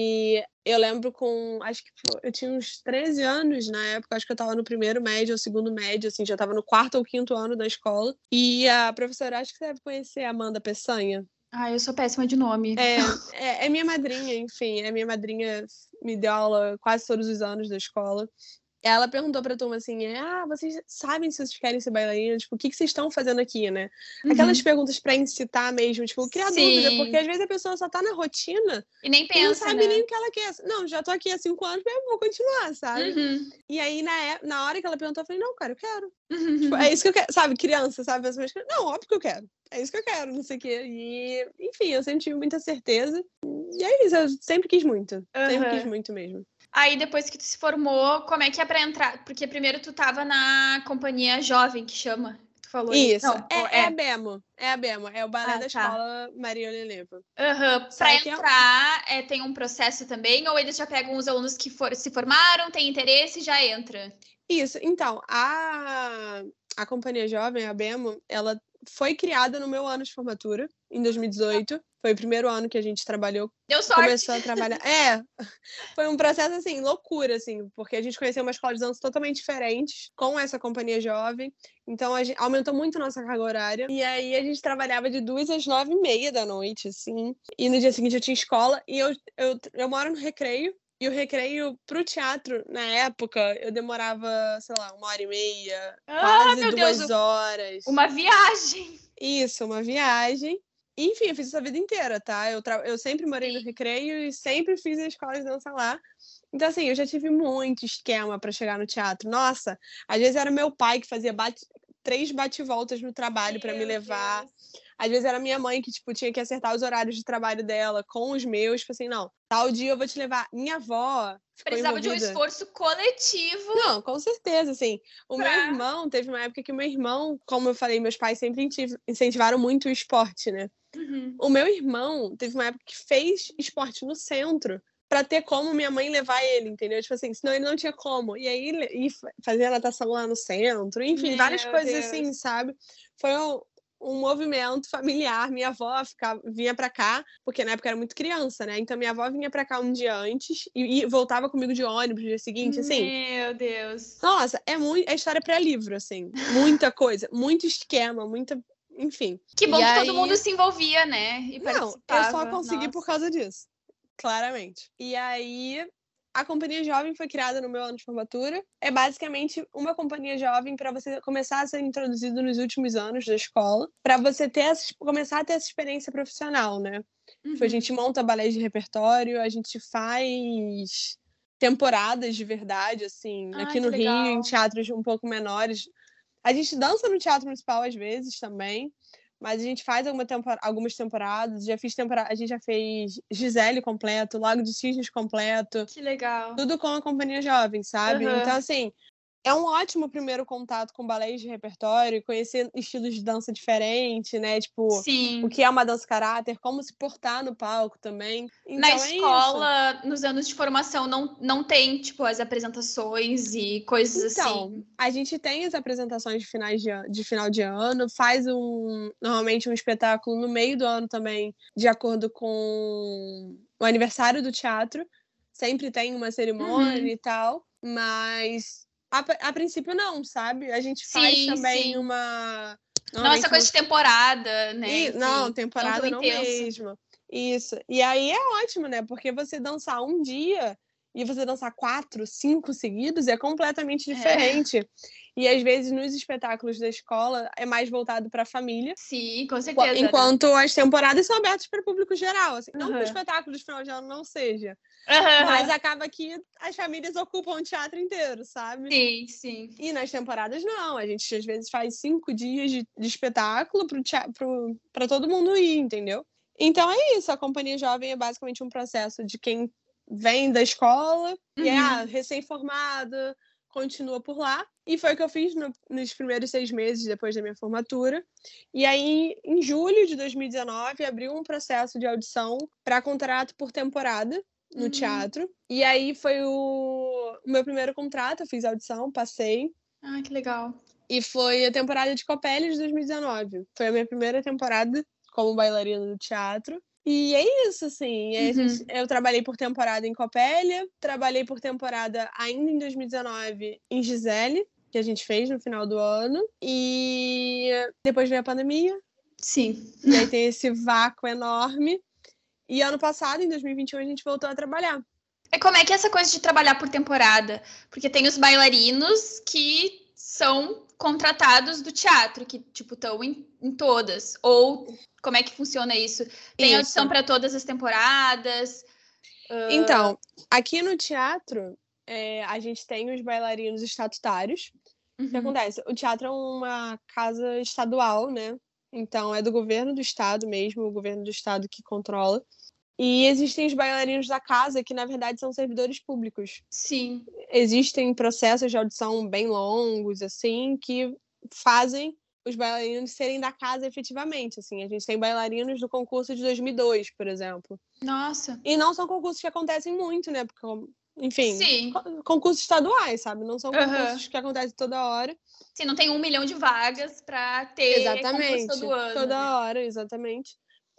E eu lembro com, acho que eu tinha uns treze anos na época, acho que eu tava no primeiro médio ou segundo médio, assim, já tava no quarto ou quinto ano da escola. E a professora, acho que você deve conhecer a Amanda Peçanha. Ah, eu sou péssima de nome. É, é, é minha madrinha, enfim, é minha madrinha, me deu aula quase todos os anos da escola. Ela perguntou pra turma assim, ah, vocês sabem se vocês querem ser bailarina? Tipo, o que, que vocês estão fazendo aqui, né? Uhum. Aquelas perguntas pra incitar mesmo, tipo, criar Sim. dúvida, porque às vezes a pessoa só tá na rotina E nem e não pensa, sabe né? nem o que ela quer. Não, já tô aqui há cinco anos, mas eu vou continuar, sabe? Uhum. E aí, na, é- na hora que ela perguntou, eu falei, não, cara, eu quero. Uhum. Tipo, é isso que eu quero, sabe? Criança, sabe? As pessoas, não, óbvio que eu quero. É isso que eu quero, não sei o quê. E, enfim, eu sempre tive muita certeza. E é isso, eu sempre quis muito. Sempre Uhum. quis muito mesmo. Aí, depois que tu se formou, como é que é pra entrar? Porque primeiro tu tava na companhia jovem, que chama. Tu falou Isso, Não, é, é a BEMO. É a BEMO, é o balé Ah, da tá. escola Maria Oleniva. Uhum. Só Pra que é- entrar, é, tem um processo também? Ou eles já pegam os alunos que for, se formaram, têm interesse e já entra? Isso, então, a, a Companhia Jovem, a BEMO, ela foi criada no meu ano de formatura, em dois mil e dezoito. Foi o primeiro ano que a gente trabalhou, Deu sorte! começou a trabalhar. É, foi um processo, assim, loucura, assim, porque a gente conheceu uma escola de dança totalmente diferente com essa Companhia Jovem. Então, a gente, aumentou muito a nossa carga horária. E aí, a gente trabalhava de duas às nove e meia da noite, assim. E no dia seguinte eu tinha escola. E eu, eu, eu moro no Recreio. E o Recreio pro teatro, na época, eu demorava, sei lá, uma hora e meia, Ah, quase meu duas Deus, horas. Uma viagem! Isso, uma viagem. Enfim, eu fiz isso a vida inteira, tá? Eu, tra... eu sempre morei no Recreio e sempre fiz a escola de dança lá. Então, assim, eu já tive muito esquema pra chegar no teatro. Nossa, às vezes era meu pai que fazia bate... três bate-voltas no trabalho pra me Meu levar. Deus. Às vezes era minha mãe que, tipo, tinha que acertar os horários de trabalho dela com os meus. Tipo assim, não, tal dia eu vou te levar. Minha avó ficou Precisava de um envolvida. esforço coletivo. Não, com certeza, assim. O Pra- meu irmão, teve uma época que o meu irmão, como eu falei, meus pais sempre intiv- incentivaram muito o esporte, né? Uhum. O meu irmão teve uma época que fez esporte no centro pra ter como minha mãe levar ele, entendeu? Tipo assim, senão ele não tinha como. E aí, ele fazia natação lá no centro, enfim, Meu várias coisas Deus. assim, sabe? Foi um, um movimento familiar. Minha avó ficava, vinha pra cá, porque na época era muito criança, né? Então minha avó vinha pra cá um dia antes e, e voltava comigo de ônibus no dia seguinte, assim. Meu Deus. Nossa, é muito, é história pra livro, assim. Muita coisa, muito esquema, muita, enfim. Que bom E que aí... todo mundo se envolvia, né? E Não, participava. eu só consegui Nossa. por causa disso. Claramente. E aí, a Companhia Jovem foi criada no meu ano de formatura. É basicamente uma companhia jovem para você começar a ser introduzido nos últimos anos da escola, para você ter essa, começar a ter essa experiência profissional, né? Uhum. A gente monta balés de repertório, a gente faz temporadas de verdade, assim, Ai, aqui que no Rio, legal. em teatros um pouco menores. A gente dança no Teatro Municipal às vezes também. Mas a gente faz alguma tempor- algumas temporadas. Já fiz tempora- A gente já fez Gisele completo, Lago de Cisnes completo. Que legal. Tudo com a Companhia Jovem, sabe? Uhum. Então, assim, é um ótimo primeiro contato com balés de repertório, conhecer estilos de dança diferente, né? Tipo, Sim. o que é uma dança caráter, como se portar no palco também. Então, Na é isso. escola, nos anos de formação, não, não tem, tipo, as apresentações e coisas Então, assim. a gente tem as apresentações de, finais de, an- de final de ano, faz um normalmente um espetáculo no meio do ano também, de acordo com o aniversário do teatro. Sempre tem uma cerimônia Uhum. e tal, mas a, a princípio não, sabe? A gente faz Sim, também sim. uma. Não, essa Normalmente coisa no- de temporada, né? e, Que não, temporada tão não intenso. mesmo. Isso. E aí é ótimo, né? Porque você dançar um dia e você dançar quatro, cinco seguidos é completamente diferente. E às vezes nos espetáculos da escola é mais voltado para a família. Sim, com Enqu- certeza. Enquanto as temporadas são abertas para o público geral. Assim. Não que o Uhum. espetáculo de final de ano não seja. Uhum. Mas acaba que as famílias ocupam o teatro inteiro, sabe? Sim, sim. E nas temporadas não. A gente às vezes faz cinco dias de, de espetáculo para todo mundo ir, entendeu? Então é isso. A Companhia Jovem é basicamente um processo de quem vem da escola Uhum. e é ah, recém-formada, continua por lá. E foi o que eu fiz no, nos primeiros seis meses depois da minha formatura. E aí, em julho de dois mil e dezenove, abriu um processo de audição para contrato por temporada no Uhum. teatro. E aí foi o, o meu primeiro contrato, eu fiz audição, passei. Ah, que legal. E foi a temporada de Copélia de dois mil e dezenove. Foi a minha primeira temporada como bailarina do teatro. E é isso, assim. Uhum. A gente, eu trabalhei por temporada em Copélia, trabalhei por temporada ainda em dois mil e dezenove em Gisele, que a gente fez no final do ano. E depois veio a pandemia. Sim. E aí tem esse vácuo enorme. E ano passado, em dois mil e vinte e um, a gente voltou a trabalhar. E como é que é essa coisa de trabalhar por temporada? Porque tem os bailarinos que são contratados do teatro, que, tipo, estão em, em todas. Ou como é que funciona isso? Tem Isso. audição para todas as temporadas? Uh... Então, aqui no teatro, é, a gente tem os bailarinos estatutários. Uhum. O que acontece? O teatro é uma casa estadual, né? Então, é do governo do estado mesmo, o governo do estado que controla. E existem os bailarinos da casa, que na verdade são servidores públicos. Sim. Existem processos de audição bem longos, assim, que fazem os bailarinos serem da casa efetivamente. Assim. A gente tem bailarinos do concurso de dois mil e dois, por exemplo. Nossa. E não são concursos que acontecem muito, né? Porque, enfim, Sim. concursos estaduais, sabe? Não são concursos Uhum. que acontecem toda hora. Sim, não tem um milhão de vagas para ter Exatamente. concurso todo ano. Toda né? hora, exatamente.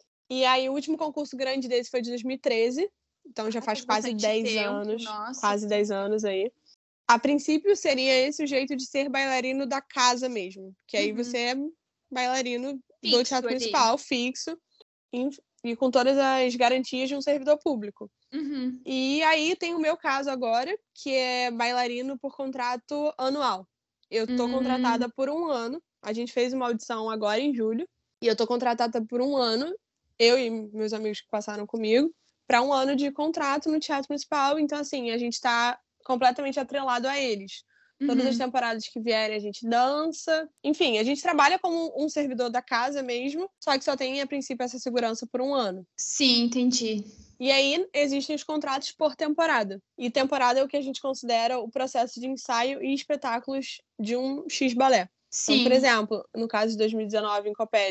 E aí, o último concurso grande desse foi de dois mil e treze. Então, já Ah, faz faz quase bastante dez tempo, anos. nossa. Quase dez anos aí. A princípio, seria esse o jeito de ser bailarino da casa mesmo. Que aí Uhum. você é bailarino Fixo do Teatro ali. Municipal, fixo. E, e com todas as garantias de um servidor público. Uhum. E aí tem o meu caso agora, que é bailarino por contrato anual. Eu tô Hum. contratada por um ano. A gente fez uma audição agora em julho. E eu tô contratada por um ano, eu e meus amigos que passaram comigo, para um ano de contrato no Teatro Municipal. Então, assim, a gente tá completamente atrelado a eles. Uhum. Todas as temporadas que vierem, a gente dança. Enfim, a gente trabalha como um servidor da casa mesmo, só que só tem, a princípio, essa segurança por um ano. Sim, entendi. E aí existem os contratos por temporada. E temporada é o que a gente considera o processo de ensaio e espetáculos de um X balé. Sim. Então, por exemplo, no caso de dois mil e dezenove, em Copélia,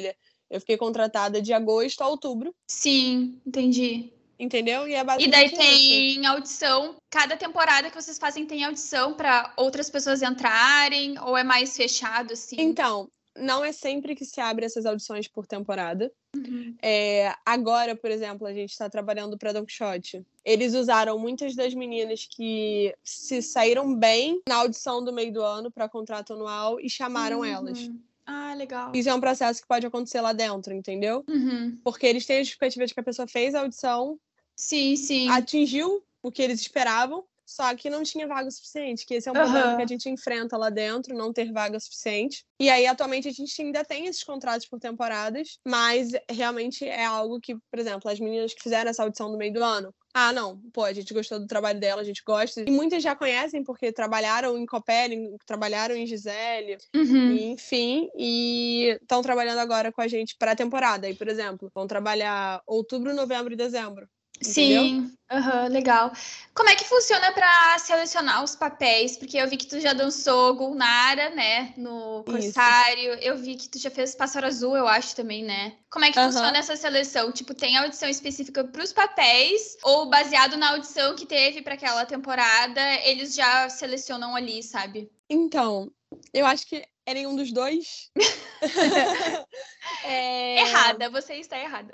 Eu fiquei contratada de agosto a outubro. Sim, entendi. Entendeu? E é E basicamente daí isso. tem audição. Cada temporada que vocês fazem tem audição para outras pessoas entrarem? Ou é mais fechado, assim? Então, não é sempre que se abre essas audições por temporada. Uhum. É, agora, por exemplo, a gente está trabalhando para Don Quixote. Eles usaram muitas das meninas que se saíram bem na audição do meio do ano para contrato anual e chamaram Uhum. elas. Ah, legal. Isso é um processo que pode acontecer lá dentro, entendeu? Uhum. Porque eles têm a justificativa de que a pessoa fez a audição, Sim, sim. atingiu o que eles esperavam, só que não tinha vaga suficiente, que esse é um Aham. problema que a gente enfrenta lá dentro, não ter vaga suficiente. E aí, atualmente, a gente ainda tem esses contratos por temporadas, mas realmente é algo que, por exemplo, as meninas que fizeram essa audição no meio do ano, ah, não, pô, a gente gostou do trabalho dela, a gente gosta. E muitas já conhecem porque trabalharam em Coppel, trabalharam em Gisele, Uhum. e, enfim, e estão trabalhando agora com a gente para a temporada. E, por exemplo, vão trabalhar outubro, novembro e dezembro. Entendeu? Sim, aham, legal. Como é que funciona para selecionar os papéis? Porque eu vi que tu já dançou Gulnara, né, no Corsário. Eu vi que tu já fez Pássaro Azul, eu acho também, né? Como é que Aham. funciona essa seleção? Tipo, tem audição específica para os papéis ou baseado na audição que teve para aquela temporada, eles já selecionam ali, sabe? Então, eu acho que é nenhum dos dois. É, Errada, você está errada.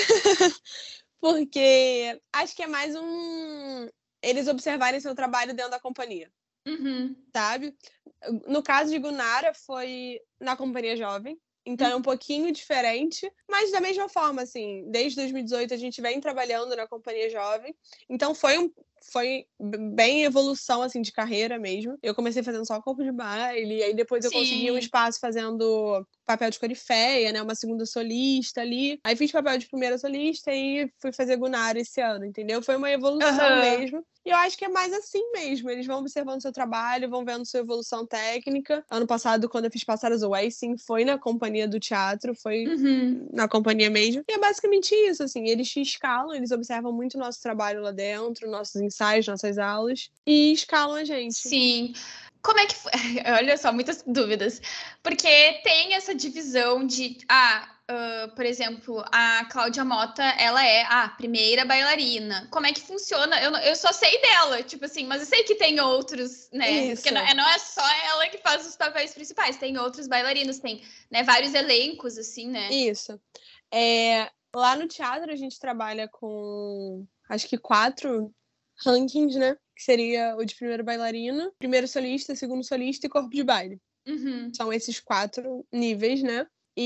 Porque acho que é mais um. Eles observarem seu trabalho dentro da companhia, Uhum. sabe? No caso de Gunara, foi na companhia jovem. Então é um pouquinho diferente, mas da mesma forma, assim, desde dois mil e dezoito a gente vem trabalhando na companhia jovem. Então foi um foi bem evolução, assim, de carreira mesmo. Eu comecei fazendo só corpo de baile, aí depois eu Sim. consegui um espaço fazendo papel de corifeia, né? Uma segunda solista ali. Aí fiz papel de primeira solista e fui fazer Gunara esse ano, entendeu? Foi uma evolução Uhum. mesmo. E eu acho que é mais assim mesmo. Eles vão observando seu trabalho, vão vendo sua evolução técnica. Ano passado, quando eu fiz Pássaro Azul, aí sim, foi na companhia do teatro, foi Uhum. na companhia mesmo. E é basicamente isso, assim. Eles te escalam, eles observam muito o nosso trabalho lá dentro, nossos ensaios, nossas aulas, e escalam a gente. Sim. Como é que foi? Olha só, muitas dúvidas. Porque tem essa divisão de, ah, uh, por exemplo, a Cláudia Mota, ela é a primeira bailarina. Como é que funciona? Eu, eu só sei dela, tipo assim, mas eu sei que tem outros, né? Isso. Porque não é, não é só ela que faz os papéis principais, tem outros bailarinos, tem, né, vários elencos, assim, né? Isso. É, lá no teatro a gente trabalha com, acho que quatro rankings, né? Que seria o de primeiro bailarina, primeiro solista, segundo solista e corpo de baile. Uhum. São esses quatro níveis, né?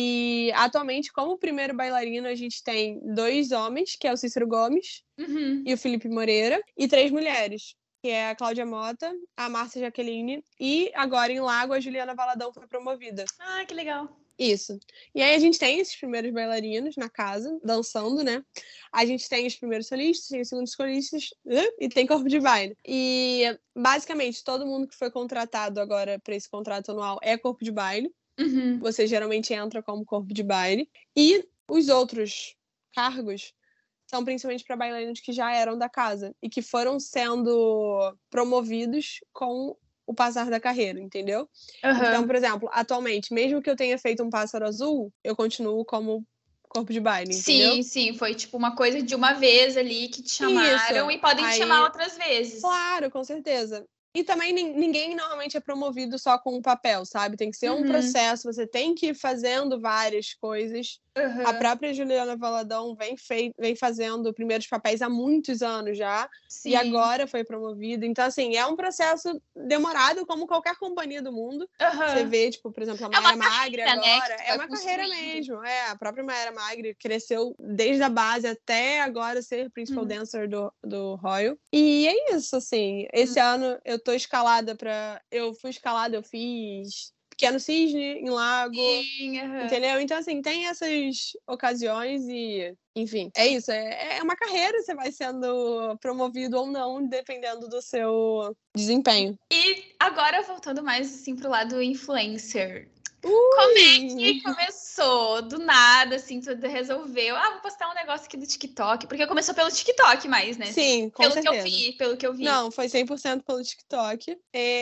E atualmente, como primeiro bailarino, a gente tem dois homens, que é o Cícero Gomes Uhum. e o Felipe Moreira, e três mulheres, que é a Cláudia Mota, a Márcia Jaqueline e agora em Lago a Juliana Valadão foi promovida. Ah, que legal. Isso. E aí a gente tem esses primeiros bailarinos na casa, dançando, né? A gente tem os primeiros solistas, tem os segundos solistas e tem corpo de baile. E basicamente todo mundo que foi contratado agora para esse contrato anual é corpo de baile. Uhum. Você geralmente entra como corpo de baile. E os outros cargos são principalmente para bailarinos que já eram da casa e que foram sendo promovidos com o passar da carreira, entendeu? Uhum. Então, por exemplo, atualmente, mesmo que eu tenha feito um Pássaro Azul, eu continuo como corpo de baile, entendeu? Sim, sim, foi tipo uma coisa de uma vez ali que te chamaram Isso. e podem Aí... te chamar outras vezes. Claro, com certeza. E também ninguém normalmente é promovido só com um papel, sabe? Tem que ser Uhum. um processo, você tem que ir fazendo várias coisas. Uhum. A própria Juliana Valadão vem, fei- vem fazendo primeiros papéis há muitos anos já. Sim. E agora foi promovida. Então, assim, é um processo demorado, como qualquer companhia do mundo. Uhum. Você vê, tipo, por exemplo, a É uma Mayra Magre carreira, né, agora. que tu É vai uma carreira construindo. mesmo. É, a própria Mayra Magre cresceu desde a base até agora ser principal Uhum. dancer do, do Royal. E é isso, assim. Esse Uhum. ano eu tô escalada pra... Eu fui escalada, eu fiz Pequeno Cisne em Lago. Sim, uhum. Entendeu? Então, assim, tem essas ocasiões e... Enfim, é isso. É, é uma carreira, você vai sendo promovido ou não, dependendo do seu desempenho. E agora, voltando mais assim pro lado influencer. Ui. Como é que começou? Do nada, assim, tu resolveu. Ah, vou postar um negócio aqui do TikTok. Porque começou pelo TikTok mais, né? Sim, com pelo certeza. que eu vi, pelo que eu vi. Não, foi cem por cento pelo TikTok. É...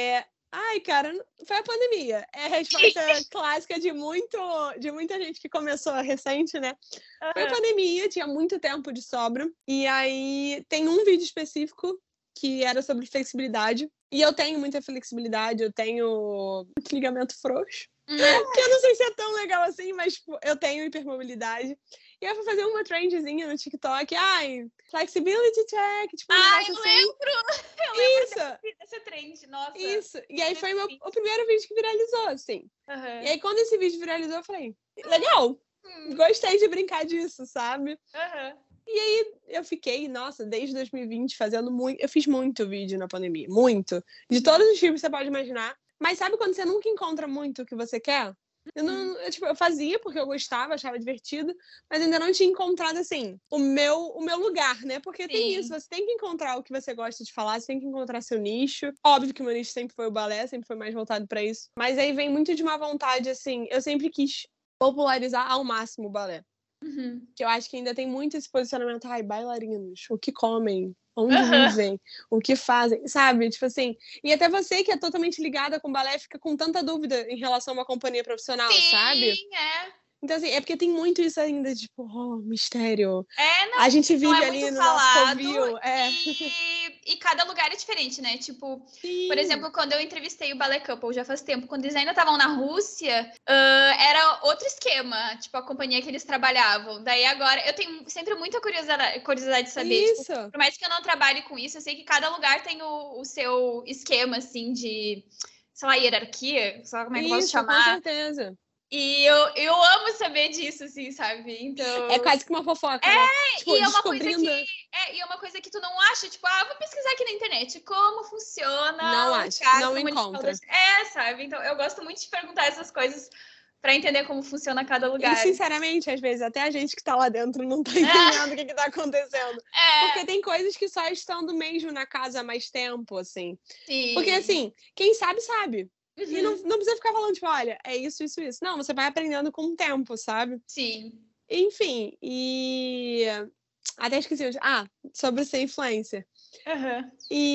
Ai, cara, foi a pandemia. É a resposta clássica de, muito, de muita gente que começou recente, né? Uhum. Foi a pandemia, tinha muito tempo de sobra. E aí tem um vídeo específico que era sobre flexibilidade. E eu tenho muita flexibilidade, eu tenho muito ligamento frouxo. Uhum. Que eu não sei se é tão legal assim, mas tipo, eu tenho hipermobilidade. E eu fui fazer uma trendzinha no TikTok. Ai, flexibility check. Tipo, um Ai, eu assim. lembro! Eu lembro Isso. dessa, dessa trend, nossa. Isso. E aí foi meu, o primeiro vídeo que viralizou, assim. Uhum. E aí quando esse vídeo viralizou, eu falei, legal! Hum. Gostei de brincar disso, sabe? Uhum. E aí eu fiquei, nossa, desde dois mil e vinte fazendo muito... Eu fiz muito vídeo na pandemia. Muito. De todos os tipos que você pode imaginar. Mas sabe quando você nunca encontra muito o que você quer? Eu, não, eu, tipo, eu fazia porque eu gostava, achava divertido, mas ainda não tinha encontrado, assim, o meu, o meu lugar, né? Porque Sim. tem isso, você tem que encontrar o que você gosta de falar, você tem que encontrar seu nicho. Óbvio que o meu nicho sempre foi o balé, sempre foi mais voltado pra isso. Mas aí vem muito de uma vontade, assim, eu sempre quis popularizar ao máximo o balé. Uhum. Que eu acho que ainda tem muito esse posicionamento, ai, bailarinos, o que comem, onde uhum. vivem, o que fazem, sabe? Tipo assim, e até você que é totalmente ligada com balé fica com tanta dúvida em relação a uma companhia profissional, Sim, sabe? Sim, é. Então, assim, é porque tem muito isso ainda, tipo, oh, mistério. É, não, a gente vive não é ali muito no falado, nosso covil. É. E, e cada lugar é diferente, né? Tipo, Sim. por exemplo, quando eu entrevistei o Ballet Couple, já faz tempo, quando eles ainda estavam na Rússia, uh, era outro esquema, tipo, a companhia que eles trabalhavam. Daí agora, eu tenho sempre muita curiosidade, curiosidade de saber, isso. Tipo, por mais que eu não trabalhe com isso, eu sei que cada lugar tem o, o seu esquema, assim, de, sei lá, hierarquia, sei lá como é que eu posso Isso, chamar. com certeza. E eu, eu amo saber disso, assim, sabe? Então... É quase que uma fofoca, é, né? Tipo, e é uma coisa descobrindo... que é, e é uma coisa que tu não acha, tipo, ah, vou pesquisar aqui na internet como funciona. Não acho, não encontra. É, sabe? Então, eu gosto muito de perguntar essas coisas pra entender como funciona cada lugar. E, sinceramente, às vezes, até a gente que tá lá dentro não tá entendendo é. o que que tá acontecendo. É. Porque tem coisas que só estando mesmo na casa há mais tempo, assim. Sim. Porque, assim, quem sabe, sabe. Uhum. E não, não precisa ficar falando, tipo, olha, é isso, isso, isso. Não, você vai aprendendo com o tempo, sabe? Sim. Enfim, e... Até esqueci. Ah, sobre ser influencer. Uhum.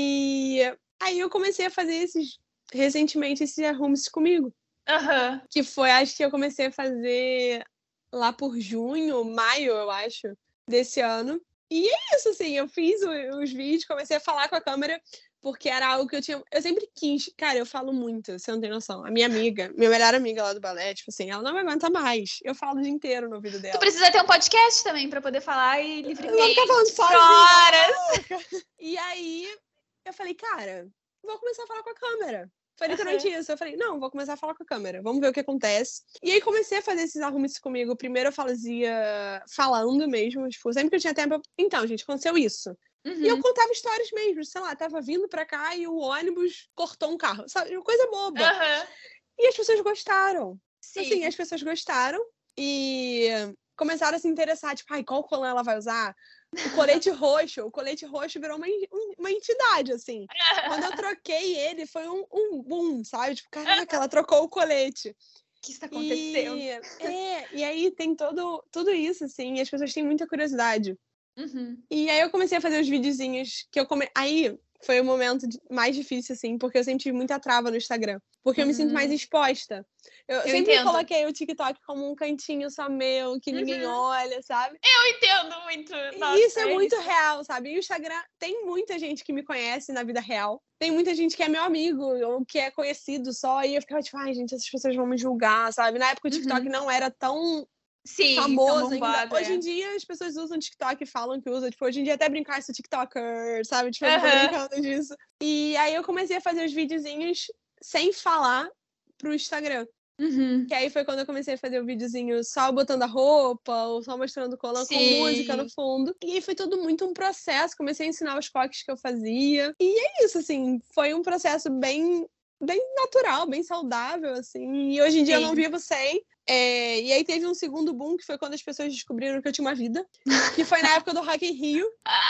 E aí eu comecei a fazer esses... Recentemente, esses arrumes comigo. Uhum. Que foi, acho que eu comecei a fazer lá por junho, maio, eu acho, desse ano. E é isso, assim, eu fiz os vídeos, comecei a falar com a câmera, porque era algo que eu tinha... Eu sempre quis... Cara, eu falo muito, você não tem noção. A minha amiga, minha melhor amiga lá do balé, tipo assim, ela não me aguenta mais. Eu falo o dia inteiro no ouvido dela. Tu precisa ter um podcast também pra poder falar e livremente. Não ficar falando só horas. E aí, eu falei, cara, vou começar a falar com a câmera. Foi literalmente uhum. isso. Eu falei, não, vou começar a falar com a câmera. Vamos ver o que acontece. E aí comecei a fazer esses arrumes comigo. Primeiro eu fazia falando mesmo. Tipo, sempre que eu tinha tempo... Eu... Então, gente, aconteceu isso. Uhum. E eu contava histórias mesmo. Sei lá, tava vindo pra cá e o ônibus cortou um carro. Sabe? Uma coisa boba. Uhum. E as pessoas gostaram. Sim. Assim, as pessoas gostaram. E começaram a se interessar. Tipo, ai, qual colã ela vai usar? O colete roxo, o colete roxo virou uma, uma entidade, assim. Quando eu troquei ele, foi um, um boom, sabe? Tipo, caraca, ela trocou o colete. O que está acontecendo? E, é, e aí tem todo, tudo isso, assim, e as pessoas têm muita curiosidade. Uhum. E aí eu comecei a fazer os videozinhos que eu come... Aí foi o momento mais difícil, assim, porque eu sempre tive muita trava no Instagram. Porque eu me sinto mais exposta. Eu, eu sempre entendo. coloquei o TikTok como um cantinho só meu, que ninguém uhum. olha, sabe? Eu entendo muito. Nossa, isso é, é muito isso. real, sabe? E o Instagram tem muita gente que me conhece na vida real. Tem muita gente que é meu amigo ou que é conhecido só. E eu ficava tipo, ai, gente, essas pessoas vão me julgar, sabe? Na época o TikTok uhum. não era tão... Sim, famoso bombado, ainda. Hoje é. em dia as pessoas usam TikTok e falam que usam. Tipo, hoje em dia até brincar esse TikToker, sabe? Tipo, eu uhum. tô brincando disso. E aí eu comecei a fazer os videozinhos sem falar pro Instagram. Uhum. Que aí foi quando eu comecei a fazer o videozinho só botando a roupa, ou só mostrando o colã com música no fundo. E aí foi tudo muito um processo. Comecei a ensinar os coques que eu fazia. E é isso, assim, foi um processo bem, bem natural, bem saudável, assim. E hoje em dia Sim. eu não vivo sem. É, e aí teve um segundo boom, que foi quando as pessoas descobriram que eu tinha uma vida. Que foi na época do Rock in Rio.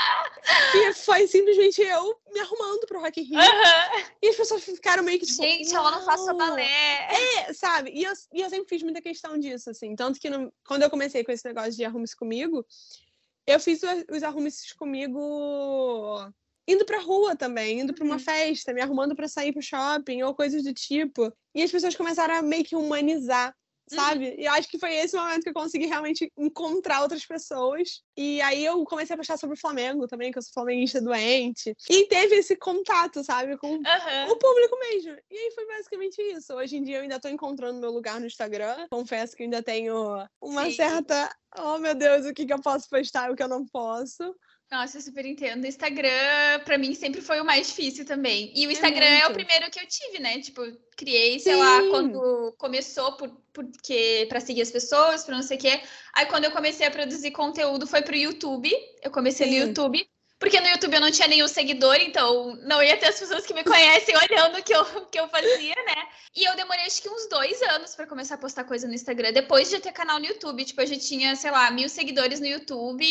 Que foi simplesmente eu me arrumando pro Rock in Rio. Uhum. E as pessoas ficaram meio que tipo... Gente, ela não faz só balé. É, sabe? E eu, e eu sempre fiz muita questão disso, assim. Tanto que no, quando eu comecei com esse negócio de arrumes comigo, eu fiz os, os arrumes comigo indo pra rua também, indo pra uma Uhum. festa, me arrumando pra sair pro shopping ou coisas do tipo. E as pessoas começaram a meio que humanizar, sabe? E eu acho que foi esse momento que eu consegui realmente encontrar outras pessoas. E aí eu comecei a postar sobre o Flamengo também, que eu sou flamenguista doente. E teve esse contato, sabe? Com Aham. o público mesmo. E aí foi basicamente isso. Hoje em dia eu ainda tô encontrando meu lugar no Instagram. Confesso que eu ainda tenho uma Sim. certa... Oh, meu Deus, o que, que eu posso postar e o que eu não posso. Nossa, eu super entendo. O Instagram, pra mim, sempre foi o mais difícil também. E o Instagram é, muito. o primeiro que eu tive, né? Tipo, criei, sei lá, Sim. quando começou, por, porque pra seguir as pessoas, pra não sei o quê. Aí, quando eu comecei a produzir conteúdo, foi pro YouTube. Eu comecei Sim. no YouTube. Porque no YouTube eu não tinha nenhum seguidor, então não ia ter as pessoas que me conhecem olhando o que eu, o que eu fazia, né? E eu demorei acho que uns dois anos pra começar a postar coisa no Instagram, depois de ter canal no YouTube. Tipo, eu já tinha, sei lá, mil seguidores no YouTube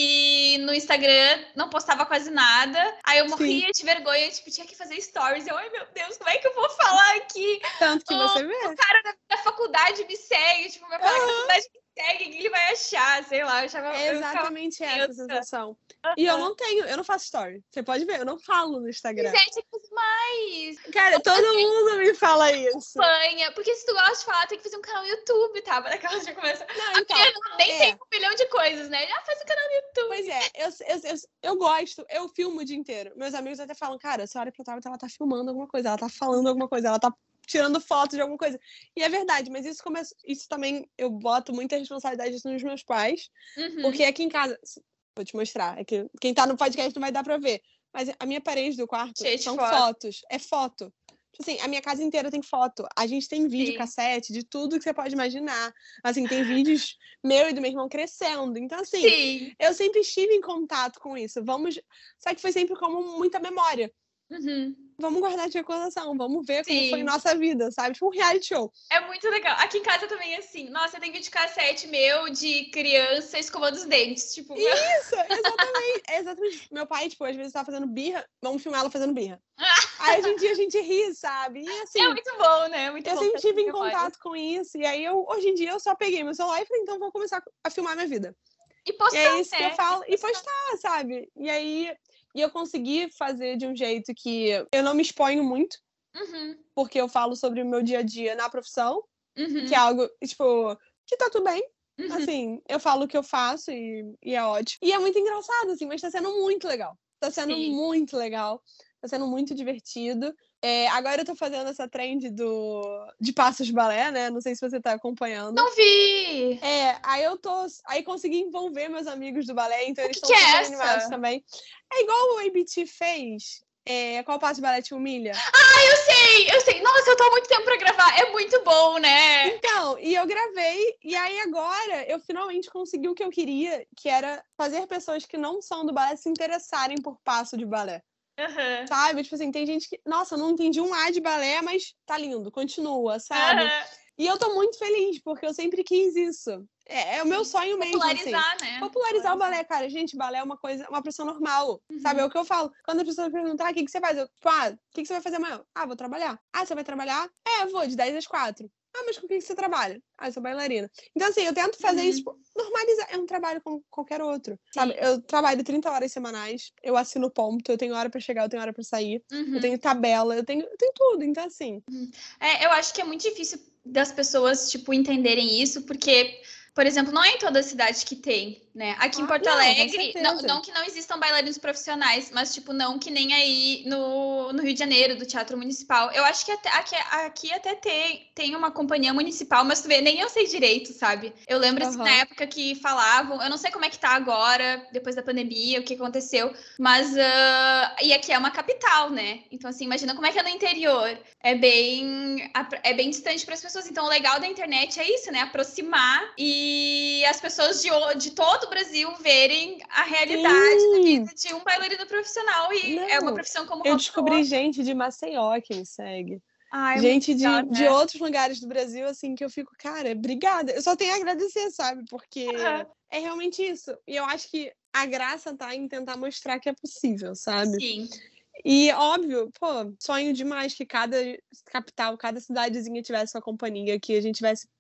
e no Instagram não postava quase nada. Aí eu morria Sim. de vergonha, tipo, tinha que fazer stories. Eu, ai meu Deus, como é que eu vou falar aqui? Tanto que o, você vê. O cara da, da faculdade me segue, tipo, meu cara da faculdade me segue, o que ele vai achar? Sei lá, eu achava... É eu exatamente ficava essa tensa. sensação. E eu não tenho, eu não faço story. Você pode ver, eu não falo no Instagram. Gente, é demais! Cara, todo mundo me fala isso. Campanha, porque se tu gosta de falar, tem que fazer um canal no YouTube, tá? Daquelas de começa. Não, A então, minha não- nem é. tem um milhão de coisas, né? Já faz um canal no YouTube. Pois é, eu, eu, eu, eu gosto, eu filmo o dia inteiro. Meus amigos até falam, cara, você olha pra trás, ela tá filmando alguma coisa, ela tá falando alguma coisa, ela tá tirando foto de alguma coisa. E é verdade, mas isso, começa, isso também eu boto muita responsabilidade nos meus pais, Uhum. porque aqui em casa, vou te mostrar, é que quem tá no podcast não vai dar pra ver, mas a minha parede do quarto Cheio de são foto. fotos, é foto. Tipo assim, a minha casa inteira tem foto. A gente tem vídeo, Sim. cassete, de tudo que você pode imaginar. Assim, tem vídeos meu e do meu irmão crescendo. Então, assim, Sim. eu sempre estive em contato com isso. Vamos... Só que foi sempre como muita memória. Uhum. Vamos guardar de recordação, vamos ver como Sim. foi nossa vida, sabe? Tipo um reality show. É muito legal. Aqui em casa também é assim. Nossa, tem vídeo cassete meu de criança escovando os dentes. Tipo, meu... Isso, exatamente. É exatamente. Meu pai, tipo, às vezes tá fazendo birra, vamos filmar ela fazendo birra. Aí hoje em dia a gente ri, sabe? E assim. É muito bom, né? É muito eu bom sempre ter tive em essa memória. contato com isso. E aí, eu, hoje em dia, eu só peguei meu celular e falei, então vou começar a filmar minha vida. E postar, E é isso né? que eu falo. E E postar, sabe? E aí, e eu consegui fazer de um jeito que eu não me exponho muito, Uhum. porque eu falo sobre o meu dia a dia na profissão, Uhum. que é algo, tipo, que tá tudo bem. Uhum. Assim, eu falo o que eu faço e, e é ótimo. E é muito engraçado, assim, mas tá sendo muito legal. Tá sendo Sim. muito legal. Tá sendo muito divertido. É, agora eu tô fazendo essa trend do, de passos de balé, né? Não sei se você tá acompanhando. Não vi! É, aí eu tô. Aí consegui envolver meus amigos do balé, então O eles que estão que é super essa? animados também. É igual o A B T fez. É, qual passo de balé te humilha? Ah, eu sei! Eu sei! Nossa, eu tô há muito tempo pra gravar. É muito bom, né? Então, e eu gravei, e aí agora eu finalmente consegui o que eu queria, que era fazer pessoas que não são do balé se interessarem por passo de balé. Uhum. Sabe? Tipo assim, tem gente que, nossa, eu não entendi um A de balé, mas tá lindo, continua, sabe? Uhum. E eu tô muito feliz, porque eu sempre quis isso. É, é o meu sonho mesmo, assim. Popularizar, né? Popularizar o balé, cara. Gente, balé é uma coisa, uma profissão normal, uhum. Sabe? É o que eu falo. Quando a pessoa pergunta, ah, o que, que você faz? Eu, tipo, ah, o que, que você vai fazer amanhã? Ah, vou trabalhar. Ah, você vai trabalhar? É, vou, de dez às quatro. Ah, mas com o que, que você trabalha? Ah, eu sou bailarina. Então, assim, eu tento fazer Uhum. isso, tipo, normalizar. É um trabalho como qualquer outro, sabe? Eu trabalho trinta horas semanais, eu assino ponto, eu tenho hora pra chegar, eu tenho hora pra sair, Uhum. eu tenho tabela, eu tenho, eu tenho tudo. Então, assim... Uhum. É, eu acho que é muito difícil das pessoas, tipo, entenderem isso, porque... Por exemplo, não é em toda cidade que tem, né? Aqui ah, em Porto não, Alegre, não, não que não existam bailarinos profissionais, mas, tipo, não que nem aí no, no Rio de Janeiro, do Teatro Municipal. Eu acho que até, aqui, aqui até tem, tem uma companhia municipal, mas tu vê, nem eu sei direito, sabe? Eu lembro, uhum. assim, na época que falavam, eu não sei como é que tá agora, depois da pandemia, o que aconteceu, mas... Uh, e aqui é uma capital, né? Então, assim, imagina como é que é no interior. É bem, é bem distante para as pessoas. Então, o legal da internet é isso, né? Aproximar e E as pessoas de, de todo o Brasil verem a realidade Sim. da vida de um bailarino profissional. E Não, é uma profissão como eu descobri gente de Maceió que me segue. Ah, é gente de, legal, né? de outros lugares do Brasil, assim, que eu fico, cara, obrigada. Eu só tenho a agradecer, sabe? Porque uhum. é realmente isso. E eu acho que a graça tá em tentar mostrar que é possível, sabe? Sim. E, óbvio, pô, sonho demais que cada capital, cada cidadezinha tivesse uma companhia, que a gente tivesse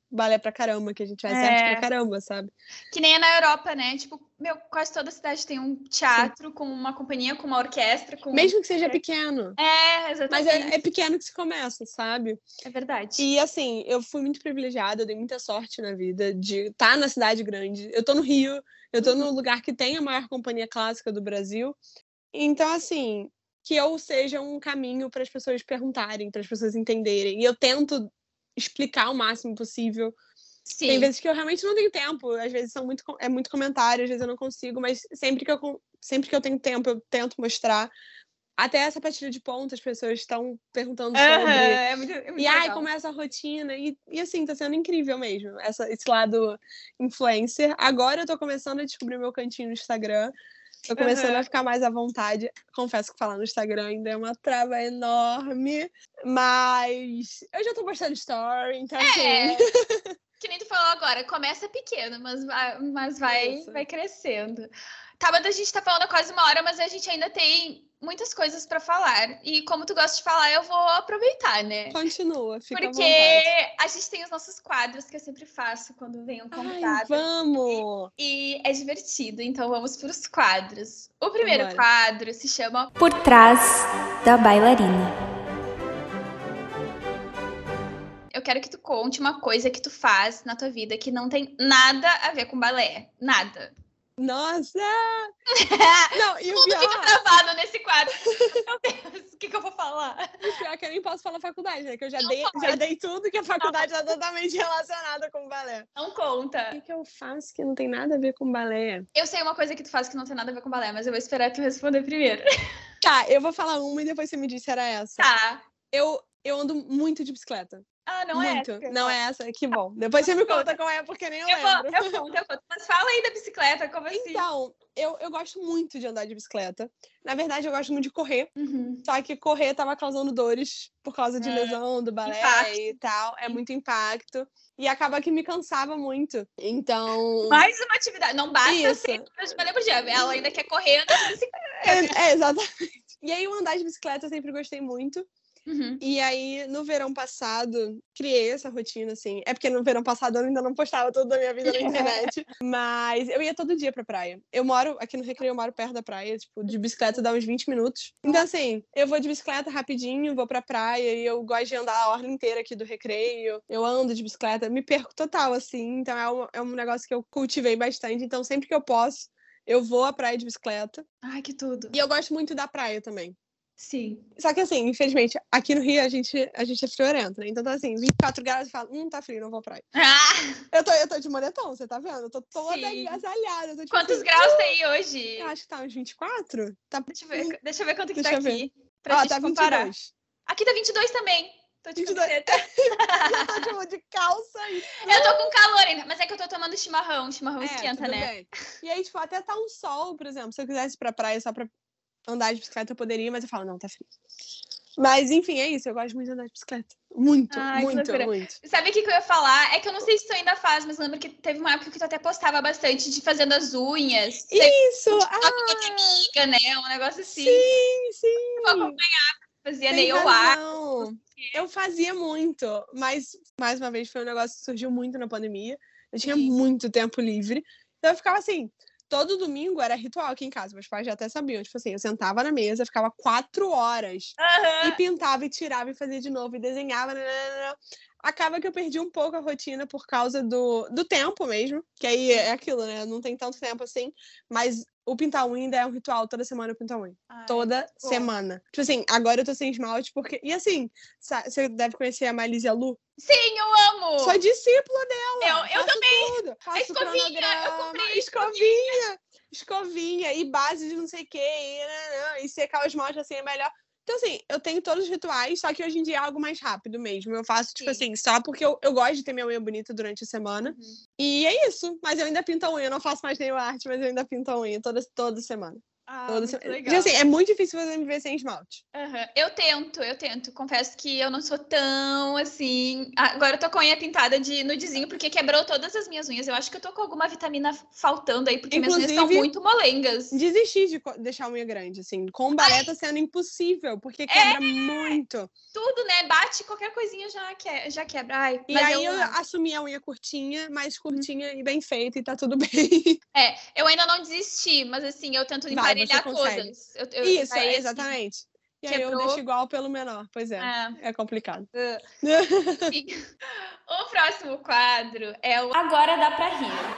balé pra caramba, que a gente vai É. certo pra caramba, sabe? Que nem é na Europa, né? Tipo, meu, quase toda cidade tem um teatro com uma companhia, com uma orquestra. Com... Mesmo que seja pequeno. É, Mas exatamente. é, é pequeno que se começa, sabe? É verdade. E assim, eu fui muito privilegiada, eu dei muita sorte na vida de estar na cidade grande. Eu tô no Rio, eu tô no lugar que tem a maior companhia clássica do Brasil. Então, assim, que eu seja um caminho para as pessoas perguntarem, para as pessoas entenderem. E eu tento explicar o máximo possível. Sim. Tem vezes que eu realmente não tenho tempo, às vezes são muito, é muito comentário, às vezes eu não consigo, mas sempre que eu, sempre que eu tenho tempo, eu tento mostrar. Até essa partilha de pontos, as pessoas estão perguntando Uhum, sobre. é muito, é muito E ai, legal. como é essa rotina? E, e assim, tá sendo incrível mesmo, essa, esse lado influencer. Agora eu tô começando a descobrir meu cantinho no Instagram. Tô começando Uhum. a ficar mais à vontade. Confesso que falar no Instagram ainda é uma trava enorme. Mas eu já tô postando story, então assim. É, que nem tu falou agora, começa pequeno, mas vai, mas vai, Isso. vai crescendo. Tá, mas a gente tá falando há quase uma hora, mas a gente ainda tem muitas coisas pra falar. E como tu gosta de falar, eu vou aproveitar, né? Continua, fica Porque à vontade. a gente tem os nossos quadros que eu sempre faço quando vem um Ai, convidado. vamos! E é divertido, então vamos para os quadros. O primeiro Vambora. quadro se chama Por trás da bailarina. Eu quero que tu conte uma coisa que tu faz na tua vida que não tem nada a ver com balé. Nada. Nossa! Não, e o Tudo fica pior, travado nesse quadro. Meu Deus, o que, que eu vou falar? o pior é que eu nem posso falar faculdade, né? Que eu já Não dei, pode. já dei tudo que a faculdade tá totalmente relacionada com balé. Não O conta. que, que eu faço que não tem nada a ver com balé? Eu sei uma coisa que tu faz que não tem nada a ver com balé, mas eu vou esperar tu responder primeiro. Tá, eu vou falar uma e depois você me diz se era essa. Tá. Eu, eu ando muito de bicicleta. Ah, não muito. é? Não é essa? Que bom. Depois você me conta qual é, porque nem eu, Eu lembro. vou, eu conto, eu conto. Mas fala aí da bicicleta, como assim? Então, eu, eu gosto muito de andar de bicicleta. Na verdade, eu gosto muito de correr. Uhum. Só que correr tava causando dores por causa de É. lesão do balé Impacto. e tal. É muito impacto. E acaba que me cansava muito. Então. Mais uma atividade. Não basta Isso. ser de balé por dia. Ela ainda quer correr andar de bicicleta. É, é, exatamente. E aí, o andar de bicicleta eu sempre gostei muito. Uhum. E aí, no verão passado, criei essa rotina, assim. É porque no verão passado eu ainda não postava toda a minha vida na internet. Mas eu ia todo dia pra praia. Eu moro, aqui no Recreio, eu moro perto da praia. Tipo, de bicicleta dá uns vinte minutos. Então, assim, eu vou de bicicleta rapidinho, vou pra praia. E eu gosto de andar a orla inteira aqui do Recreio. Eu ando de bicicleta, me perco total, assim. Então, é um, é um negócio que eu cultivei bastante. Então, sempre que eu posso, eu vou à praia de bicicleta. Ai, que tudo. E eu gosto muito da praia também. Sim. Só que assim, infelizmente, aqui no Rio a gente, a gente é friorento, né? Então tá assim, vinte e quatro graus e falo, hum, tá frio, não vou pra praia. Ah, Eu tô, eu tô de moletom, você tá vendo? Eu tô toda Sim. agasalhada. Eu tô, tipo, quantos assim, graus tem hoje? Eu acho que tá uns vinte e quatro. Tá... Deixa eu ver, deixa eu ver quanto que Deixa tá eu ver. aqui. Pra Ó, gente tá vinte e comparar. dois. Aqui tá vinte e dois também. Tô de vinte e dois. camiseta. Eu tô tipo, de calça e... Eu tô com calor ainda, mas é que eu tô tomando chimarrão. Chimarrão É, esquenta, tudo né? bem. E aí, tipo, até tá um sol, por exemplo. Se eu quisesse ir pra praia só pra andar de bicicleta, eu poderia, mas eu falo, não, tá frio. Mas, enfim, é isso. Eu gosto muito de andar de bicicleta. Muito, Ai, que muito, loucura. muito. Sabe o que, que eu ia falar? É que eu não sei se tu ainda faz, mas lembra que teve uma época que tu até postava bastante de fazendo as unhas. Isso! Só Ah, com a tua amiga, né? Um negócio assim. sim, sim. Eu vou acompanhar. Fazia Tem nail art. razão. Eu fazia muito, mas, mais uma vez, foi um negócio que surgiu muito na pandemia. Eu tinha Sim. muito tempo livre. Então, eu ficava assim, todo domingo era ritual aqui em casa. Meus pais já até sabiam. Tipo assim, eu sentava na mesa, ficava quatro horas. Aham. E pintava, e tirava, e fazia de novo, e desenhava. Nananana. Acaba que eu perdi um pouco a rotina por causa do, do tempo mesmo. Que aí é aquilo, né? Não tem tanto tempo assim. Mas o pintar unha ainda é um ritual. Toda semana eu pinto a unha. Ai, Toda bom. semana. Tipo assim, agora eu tô sem esmalte porque... E assim, sa- você deve conhecer a Malísia Lu. Sim, eu amo! Sou discípula dela. Eu- eu faço também. Tudo. Faço escovinha, eu cronograma, comprei escovinha. Escovinha. E base de não sei o quê. E, nananã, e secar o esmalte assim é melhor. Então, assim, eu tenho todos os rituais, só que hoje em dia é algo mais rápido mesmo. Eu faço, tipo Sim. assim, só porque eu, eu gosto de ter minha unha bonita durante a semana. Uhum. E é isso. Mas eu ainda pinto a unha. Eu não faço mais nail art, mas eu ainda pinto a unha toda, toda semana. Ah, Toda muito semana. legal. E, assim, é muito difícil você me ver sem esmalte. Uhum. Eu tento, eu tento. Confesso que eu não sou tão assim. Agora eu tô com a unha pintada de nudezinho porque quebrou todas as minhas unhas. Eu acho que eu tô com alguma vitamina faltando aí, porque minhas unhas estão Inclusive, muito molengas. Desisti de co- deixar a unha grande, assim. Com balé tá sendo impossível, porque quebra muito. Tudo, né? Bate qualquer coisinha já, que... já quebra. Ai, E mas aí eu... eu assumi a unha curtinha, mais curtinha e bem feita, e tá tudo bem. É, eu ainda não desisti, mas assim, eu tento Vai, você emparelhar consegue. todas. Eu, eu, Isso, aí, assim, exatamente. E aí eu quebrou. deixo igual pelo menor. Pois é, É. é complicado. Enfim. O próximo quadro é o Agora Dá Pra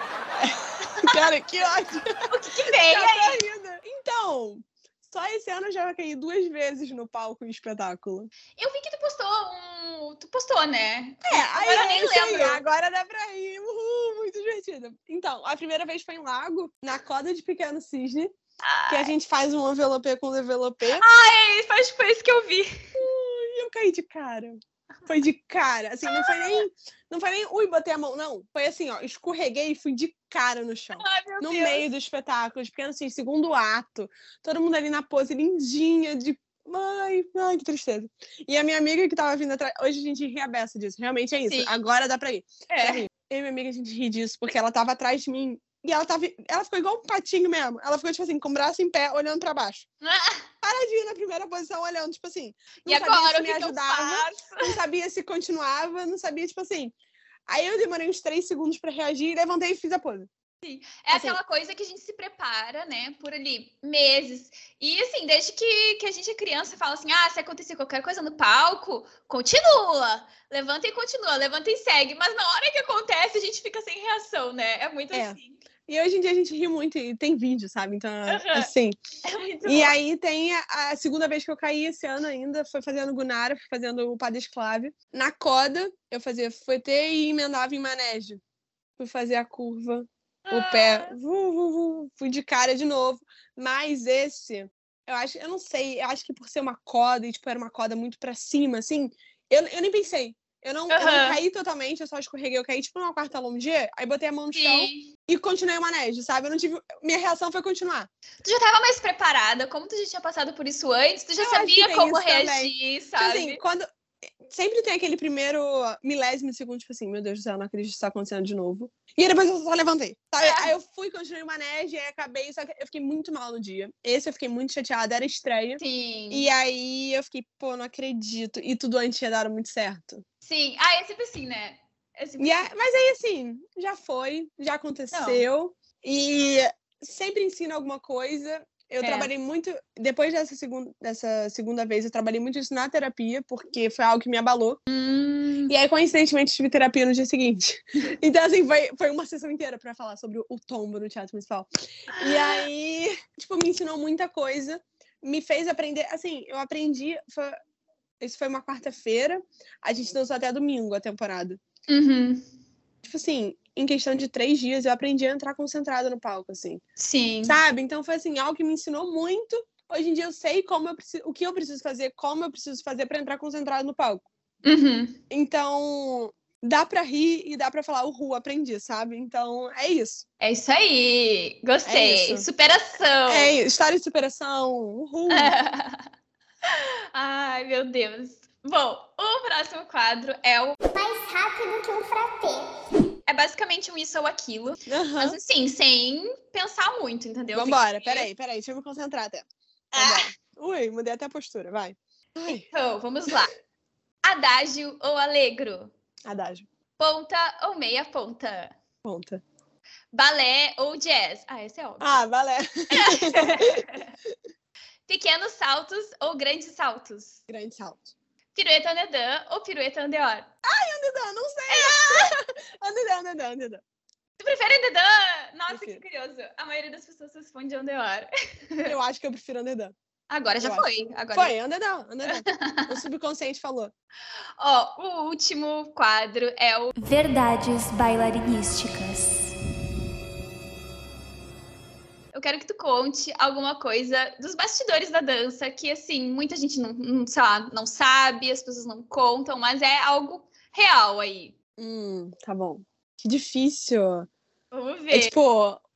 Rir. Cara, que ótimo. O que, que vem Já aí? tá rindo. Então, só esse ano eu já caí duas vezes no palco em espetáculo. Eu vi que tu postou um... Tu postou, né? É, aí Agora eu é nem isso aí, lembro. agora dá pra rir. Uhul, muito divertido. Então, a primeira vez foi em Lago, na Coda de Pequeno Cisne, que a gente faz um envelope com envelope. Ai, foi, foi isso que eu vi. E eu caí de cara. Foi de cara. Assim, não foi nem. Não foi nem, ui, botei a mão. Não. Foi assim, ó. Escorreguei e fui de cara no chão. Ai, meu no Deus. meio do espetáculo. Porque, assim, segundo ato. Todo mundo ali na pose lindinha, de. Ai, ai, que tristeza. E a minha amiga que tava vindo atrás. Hoje a gente ri a beça disso. Realmente é isso. Sim. Agora dá pra ir. É. Pra rir. Eu e minha amiga, a gente ri disso, porque ela tava atrás de mim. E ela tava. Ela ficou igual um patinho mesmo. Ela ficou, tipo assim, com o braço em pé, olhando pra baixo. Paradinha na primeira posição, olhando, tipo assim. Não E sabia agora, se o me que, que eu ajudava, faço? não sabia se continuava, não sabia, tipo assim. Aí eu demorei uns três segundos pra reagir, levantei e fiz a pose. É Assim. aquela coisa que a gente se prepara, né, por ali, meses. E, assim, desde que, que a gente é criança, fala assim, ah, se acontecer qualquer coisa no palco, continua. Levanta e continua, levanta e segue. Mas na hora que acontece, a gente fica sem reação, né? É muito É. assim. E hoje em dia a gente ri muito e tem vídeo, sabe? Então, Uhum. assim. É muito E bom. aí tem a, a segunda vez que eu caí esse ano ainda, foi fazendo Gunara, fui fazendo o Padre Esclave. Na Coda, eu fazia fuetê e emendava em manégio. Fui fazer a curva. O pé, vu, vu, vu, fui de cara de novo. Mas esse, eu acho, eu não sei, eu acho que por ser uma coda, e tipo, era uma coda muito pra cima, assim, eu, eu nem pensei. Eu não, Uhum. eu não caí totalmente, eu só escorreguei, eu caí tipo numa quarta longe, aí botei a mão no Sim. chão e continuei o manejo, sabe? Eu não tive. Minha reação foi continuar. Tu já tava mais preparada? Como tu já tinha passado por isso antes? Tu já Eu acho que sabia tem como isso também. reagir, Tipo sabe? assim, quando. Sempre tem aquele primeiro milésimo de segundo, tipo assim, meu Deus do céu, não acredito que isso tá acontecendo de novo. E aí depois eu só levantei, sabe? É. Aí eu fui, continuei o manejo, e aí acabei, só que eu fiquei muito mal no dia. Esse eu fiquei muito chateada, era estreia. Sim. E aí eu fiquei, pô, não acredito. E tudo antes tinha dado muito certo. Sim. Ah, é sempre assim, né? É sempre E assim. aí, mas aí, assim, já foi, já aconteceu. Não. E sempre ensina alguma coisa. Eu é. trabalhei muito... Depois dessa segunda, dessa segunda vez, eu trabalhei muito isso na terapia, porque foi algo que me abalou. Hum. E aí, coincidentemente, tive terapia no dia seguinte. Então, assim, foi, foi uma sessão inteira pra falar sobre o, o tombo no Teatro Municipal. E aí, tipo, me ensinou muita coisa. Me fez aprender... Assim, eu aprendi... Foi, isso foi uma quarta-feira. A gente dançou até domingo a temporada. Uhum. Tipo assim, em questão de três dias, eu aprendi a entrar concentrada no palco, assim. Sim. Sabe? Então, foi, assim, algo que me ensinou muito. Hoje em dia, eu sei como eu preciso, o que eu preciso fazer, como eu preciso fazer pra entrar concentrado no palco. Uhum. Então, dá pra rir e dá pra falar, uhul, aprendi, sabe? Então, é isso. É isso aí. Gostei. É isso. Superação. É isso. História de superação. Uhul. Ai, meu Deus. Bom, o próximo quadro é o Mais rápido que um frappé. É basicamente um isso ou aquilo. Uhum. Mas assim, sem pensar muito, entendeu? Vambora, que... peraí, peraí. Deixa eu me concentrar até. Vambora. Ah. Ui, mudei até a postura, vai. Ai. Então, vamos lá. Adágio ou alegro? Adágio. Ponta ou meia ponta? Ponta. Balé ou jazz? Ah, esse é óbvio. Ah, balé. Pequenos saltos ou grandes saltos? Grande salto. Pirueta andedã ou pirueta andeor? Ai, andedã, não sei. Andedã, andedã, andedã. Tu prefere andedã? Nossa, Prefiro. que curioso. A maioria das pessoas responde andeor. Eu acho que eu prefiro andedã. Agora já eu foi. Agora... Foi, andedã, andedã. O subconsciente falou. Ó, o último quadro é o Verdades bailarinísticas. Eu quero que tu conte alguma coisa dos bastidores da dança, que, assim, muita gente não, não, sei lá, não sabe, as pessoas não contam, mas é algo real aí. Hum, tá bom. Que difícil. Vamos ver. É tipo,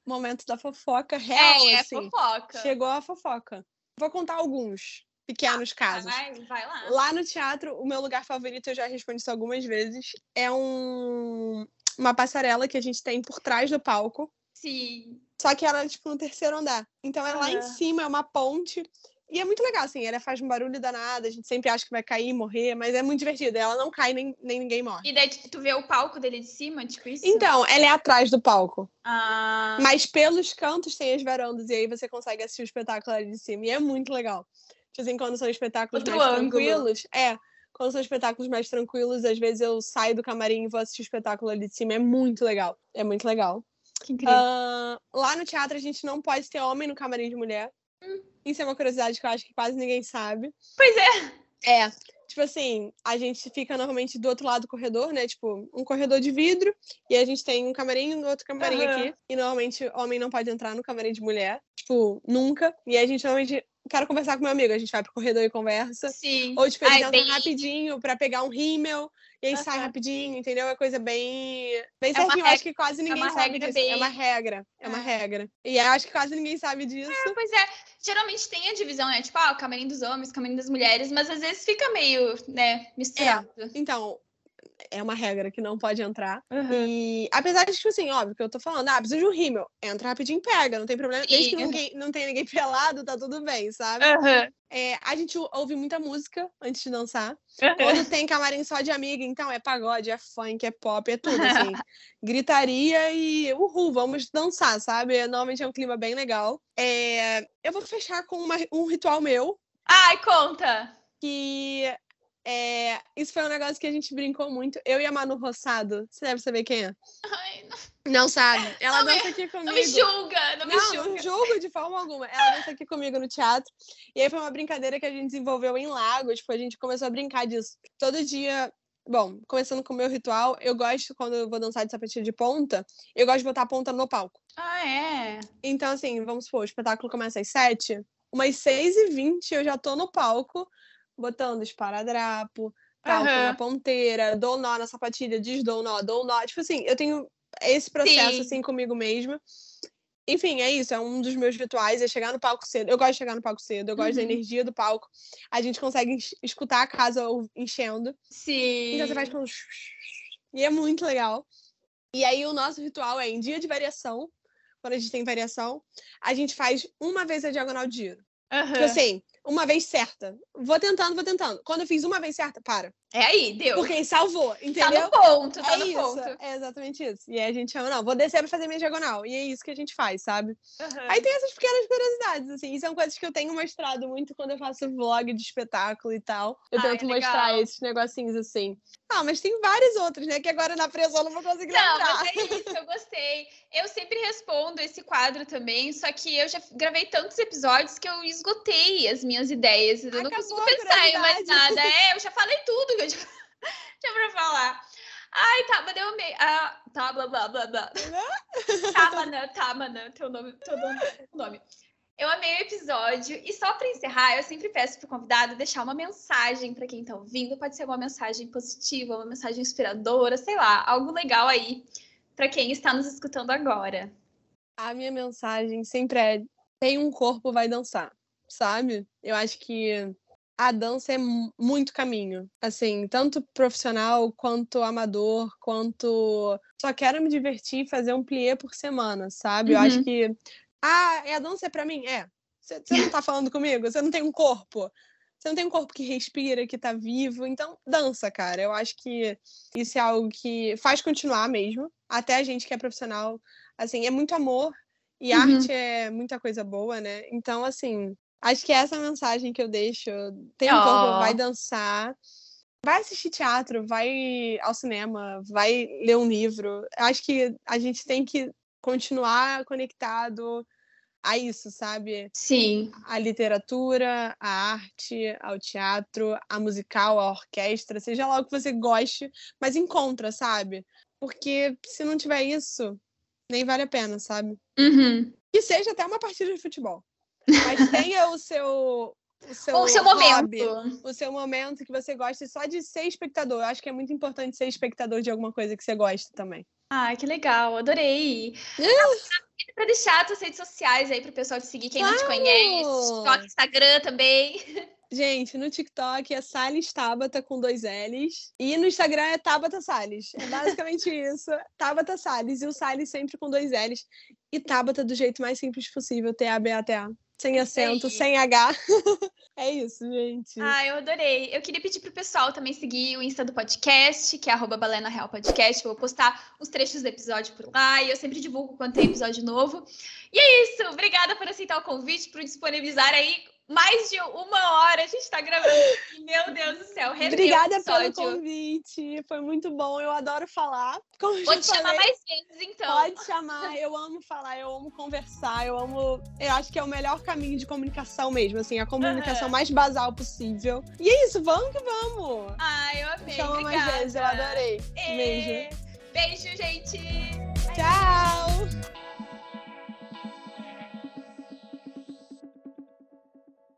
momento da fofoca real, É, assim. fofoca. Chegou a fofoca. Vou contar alguns pequenos casos. Vai, vai lá. Lá no teatro, o meu lugar favorito, eu já respondi isso algumas vezes, é um... uma passarela que a gente tem por trás do palco. Sim. Só que ela é, tipo, no terceiro andar. Então, é lá em Aham. cima, é uma ponte. E é muito legal, assim. Ela faz um barulho danado. A gente sempre acha que vai cair, morrer. Mas é muito divertido. Ela não cai, nem, nem ninguém morre. E daí tu tu vê o palco dele de cima, tipo isso? Então, ela é atrás do palco. Ah, Mas pelos cantos tem as varandas. E aí você consegue assistir o espetáculo ali de cima. E é muito legal. Tipo assim, quando são espetáculos Outro mais ângulo. tranquilos... É. Quando são espetáculos mais tranquilos, às vezes eu saio do camarim e vou assistir o espetáculo ali de cima. É muito legal. É muito legal. que incrível. Ah, lá no teatro a gente não pode ter homem no camarim de mulher. Hum. Isso é uma curiosidade que eu acho que quase ninguém sabe. Pois é. É, tipo assim, a gente fica normalmente do outro lado do corredor, né? Tipo, um corredor de vidro, e a gente tem um camarim e um outro camarim Aham. aqui. E normalmente homem não pode entrar no camarim de mulher. Tipo, nunca. E a gente normalmente quero conversar com meu amigo, a gente vai pro corredor e conversa. Sim. Ou, tipo, eles Ai, entram bem- rapidinho pra pegar um rímel, e aí sai Aham. rapidinho, entendeu? É coisa bem, bem É uma certinho. Eu acho que quase ninguém uma sabe regra disso. bem- É uma regra. É uma É. regra. E eu acho que quase ninguém sabe disso. Pois é, geralmente tem a divisão, né? Tipo, ah, o camarim dos homens, o camarim das mulheres, mas às vezes fica meio, né, misturado. Então, é uma regra que não pode entrar. Uhum. E apesar de, tipo assim, óbvio que eu tô falando, ah, precisa de um rímel. Entra rapidinho e pega, não tem problema. Desde que Sim. ninguém, não tenha ninguém pelado, tá tudo bem, sabe? Aham. É, a gente ouve muita música antes de dançar. Aham. Quando tem camarim só de amiga, então é pagode, é funk, é pop, é tudo, assim. Gritaria e uhul, vamos dançar, sabe? Normalmente é um clima bem legal. É, eu vou fechar com uma- um ritual meu, Ai, conta! que é, isso foi um negócio que a gente brincou muito. Eu e a Manu Rossado, você deve saber quem é. Ai, não, Não sabe? Ela Não me- dança aqui comigo. não me julga, não me Não, julga. não julgo de forma alguma. Ela dança aqui comigo no teatro. E aí foi uma brincadeira que a gente desenvolveu em Lagos. Tipo, a gente começou a brincar disso. Todo dia... Bom, começando com o meu ritual, eu gosto, quando eu vou dançar de sapatilha de ponta, eu gosto de botar a ponta no palco. Ah, é? Então, assim, vamos supor, o espetáculo começa às sete. Umas seis e vinte eu já tô no palco, botando esparadrapo, talco Aham. na ponteira, dou nó na sapatilha, desdou nó, dou nó. Tipo assim, eu tenho esse processo, Sim. assim, comigo mesma. Enfim, é isso, é um dos meus rituais, é chegar no palco cedo. Eu gosto de chegar no palco cedo, eu gosto da Uhum. energia do palco. A gente consegue es- escutar a casa enchendo. Sim. Então você faz com... E é muito legal. E aí o nosso ritual é em dia de variação, quando a gente tem variação, a gente faz uma vez a diagonal de giro. Aham. Tipo assim, uma vez certa. Vou tentando, vou tentando. Quando eu fiz uma vez certa, para. É aí, deu. Porque aí salvou, Tá entendeu? no ponto, tá é no isso, ponto. é exatamente isso. E aí a gente chama, não, vou descer pra fazer minha diagonal. E é isso que a gente faz, sabe? Aham. Aí tem essas pequenas curiosidades, assim. E são coisas que eu tenho mostrado muito quando eu faço vlog de espetáculo e tal. Eu Ai, tento legal. mostrar esses negocinhos assim. Ah, mas tem vários outros, né? Que agora na pressão eu não vou conseguir Não, lembrar. mas é isso, eu gostei. Eu sempre respondo esse quadro também, só que eu já gravei tantos episódios que eu esgotei as minhas ideias. Eu não Acabou consigo a pensar em mais curiosidade. nada. É, eu já falei tudo que eu tinha, tinha pra falar. Ai, tá, mas eu amei. Ah, tá, blá, blá, blá, blá. Tamana, Tamana, teu nome, teu nome, nome. Eu amei o episódio. E só pra encerrar, eu sempre peço pro convidado deixar uma mensagem pra quem tá ouvindo. Pode ser uma mensagem positiva, uma mensagem inspiradora, sei lá, algo legal aí pra quem está nos escutando agora. A minha mensagem sempre é: tem um corpo, vai dançar, sabe? Eu acho que a dança é mu- muito caminho, assim, tanto profissional quanto amador, quanto só quero me divertir e fazer um plié por semana, sabe? Eu Uhum. acho que ah, é a dança é pra mim? É. Você não tá falando comigo? Você não tem um corpo? Você não tem um corpo que respira, que tá vivo? Então, dança, cara. Eu acho que isso é algo que faz continuar mesmo. Até a gente que é profissional, assim, é muito amor. E Uhum. arte é muita coisa boa, né? Então, assim, acho que é essa mensagem que eu deixo. Tem um Oh. corpo, vai dançar. Vai assistir teatro, vai ao cinema, vai ler um livro. Acho que a gente tem que continuar conectado a isso, sabe? Sim. A literatura, a arte, ao teatro, a musical, a orquestra, seja lá o que você goste, mas encontra, sabe? Porque se não tiver isso, nem vale a pena, sabe? Uhum. Que seja até uma partida de futebol. Mas tenha o seu... O seu, O seu hobby, momento. o seu momento que você gosta só de ser espectador. Eu acho que é muito importante ser espectador de alguma coisa que você gosta também. Ah, que legal, adorei. Uh! Pra deixar suas redes sociais aí pro pessoal te seguir, quem claro. Não te conhece, TikTok, Instagram também. Gente, no TikTok é Salles Tabata com dois L's. E no Instagram é Tabata Salles. É basicamente isso. Tabata Salles. E o Salles sempre com dois L's. E Tabata do jeito mais simples possível. T A B A T A. Sem acento, sem H. É isso, gente. Ah, eu adorei. Eu queria pedir pro pessoal também seguir o Insta do podcast, que é arroba Balé na Real Podcast. Eu vou postar os trechos do episódio por lá e eu sempre divulgo quando tem episódio novo. E é isso. Obrigada por aceitar o convite, por disponibilizar aí mais de uma hora. A gente tá gravando. Meu Deus do céu. Obrigada pelo convite. Foi muito bom. Eu adoro falar. Como Vou te falei, chamar mais vezes, então. Pode chamar. Eu amo falar, eu amo conversar, eu amo... Eu acho que é o melhor caminho de comunicação mesmo, assim, a comunicação uhum. mais basal possível. E é isso, vamos que vamos. Ah, eu amei. Chama Obrigada. mais vezes, eu adorei. E... Beijo. Beijo, gente.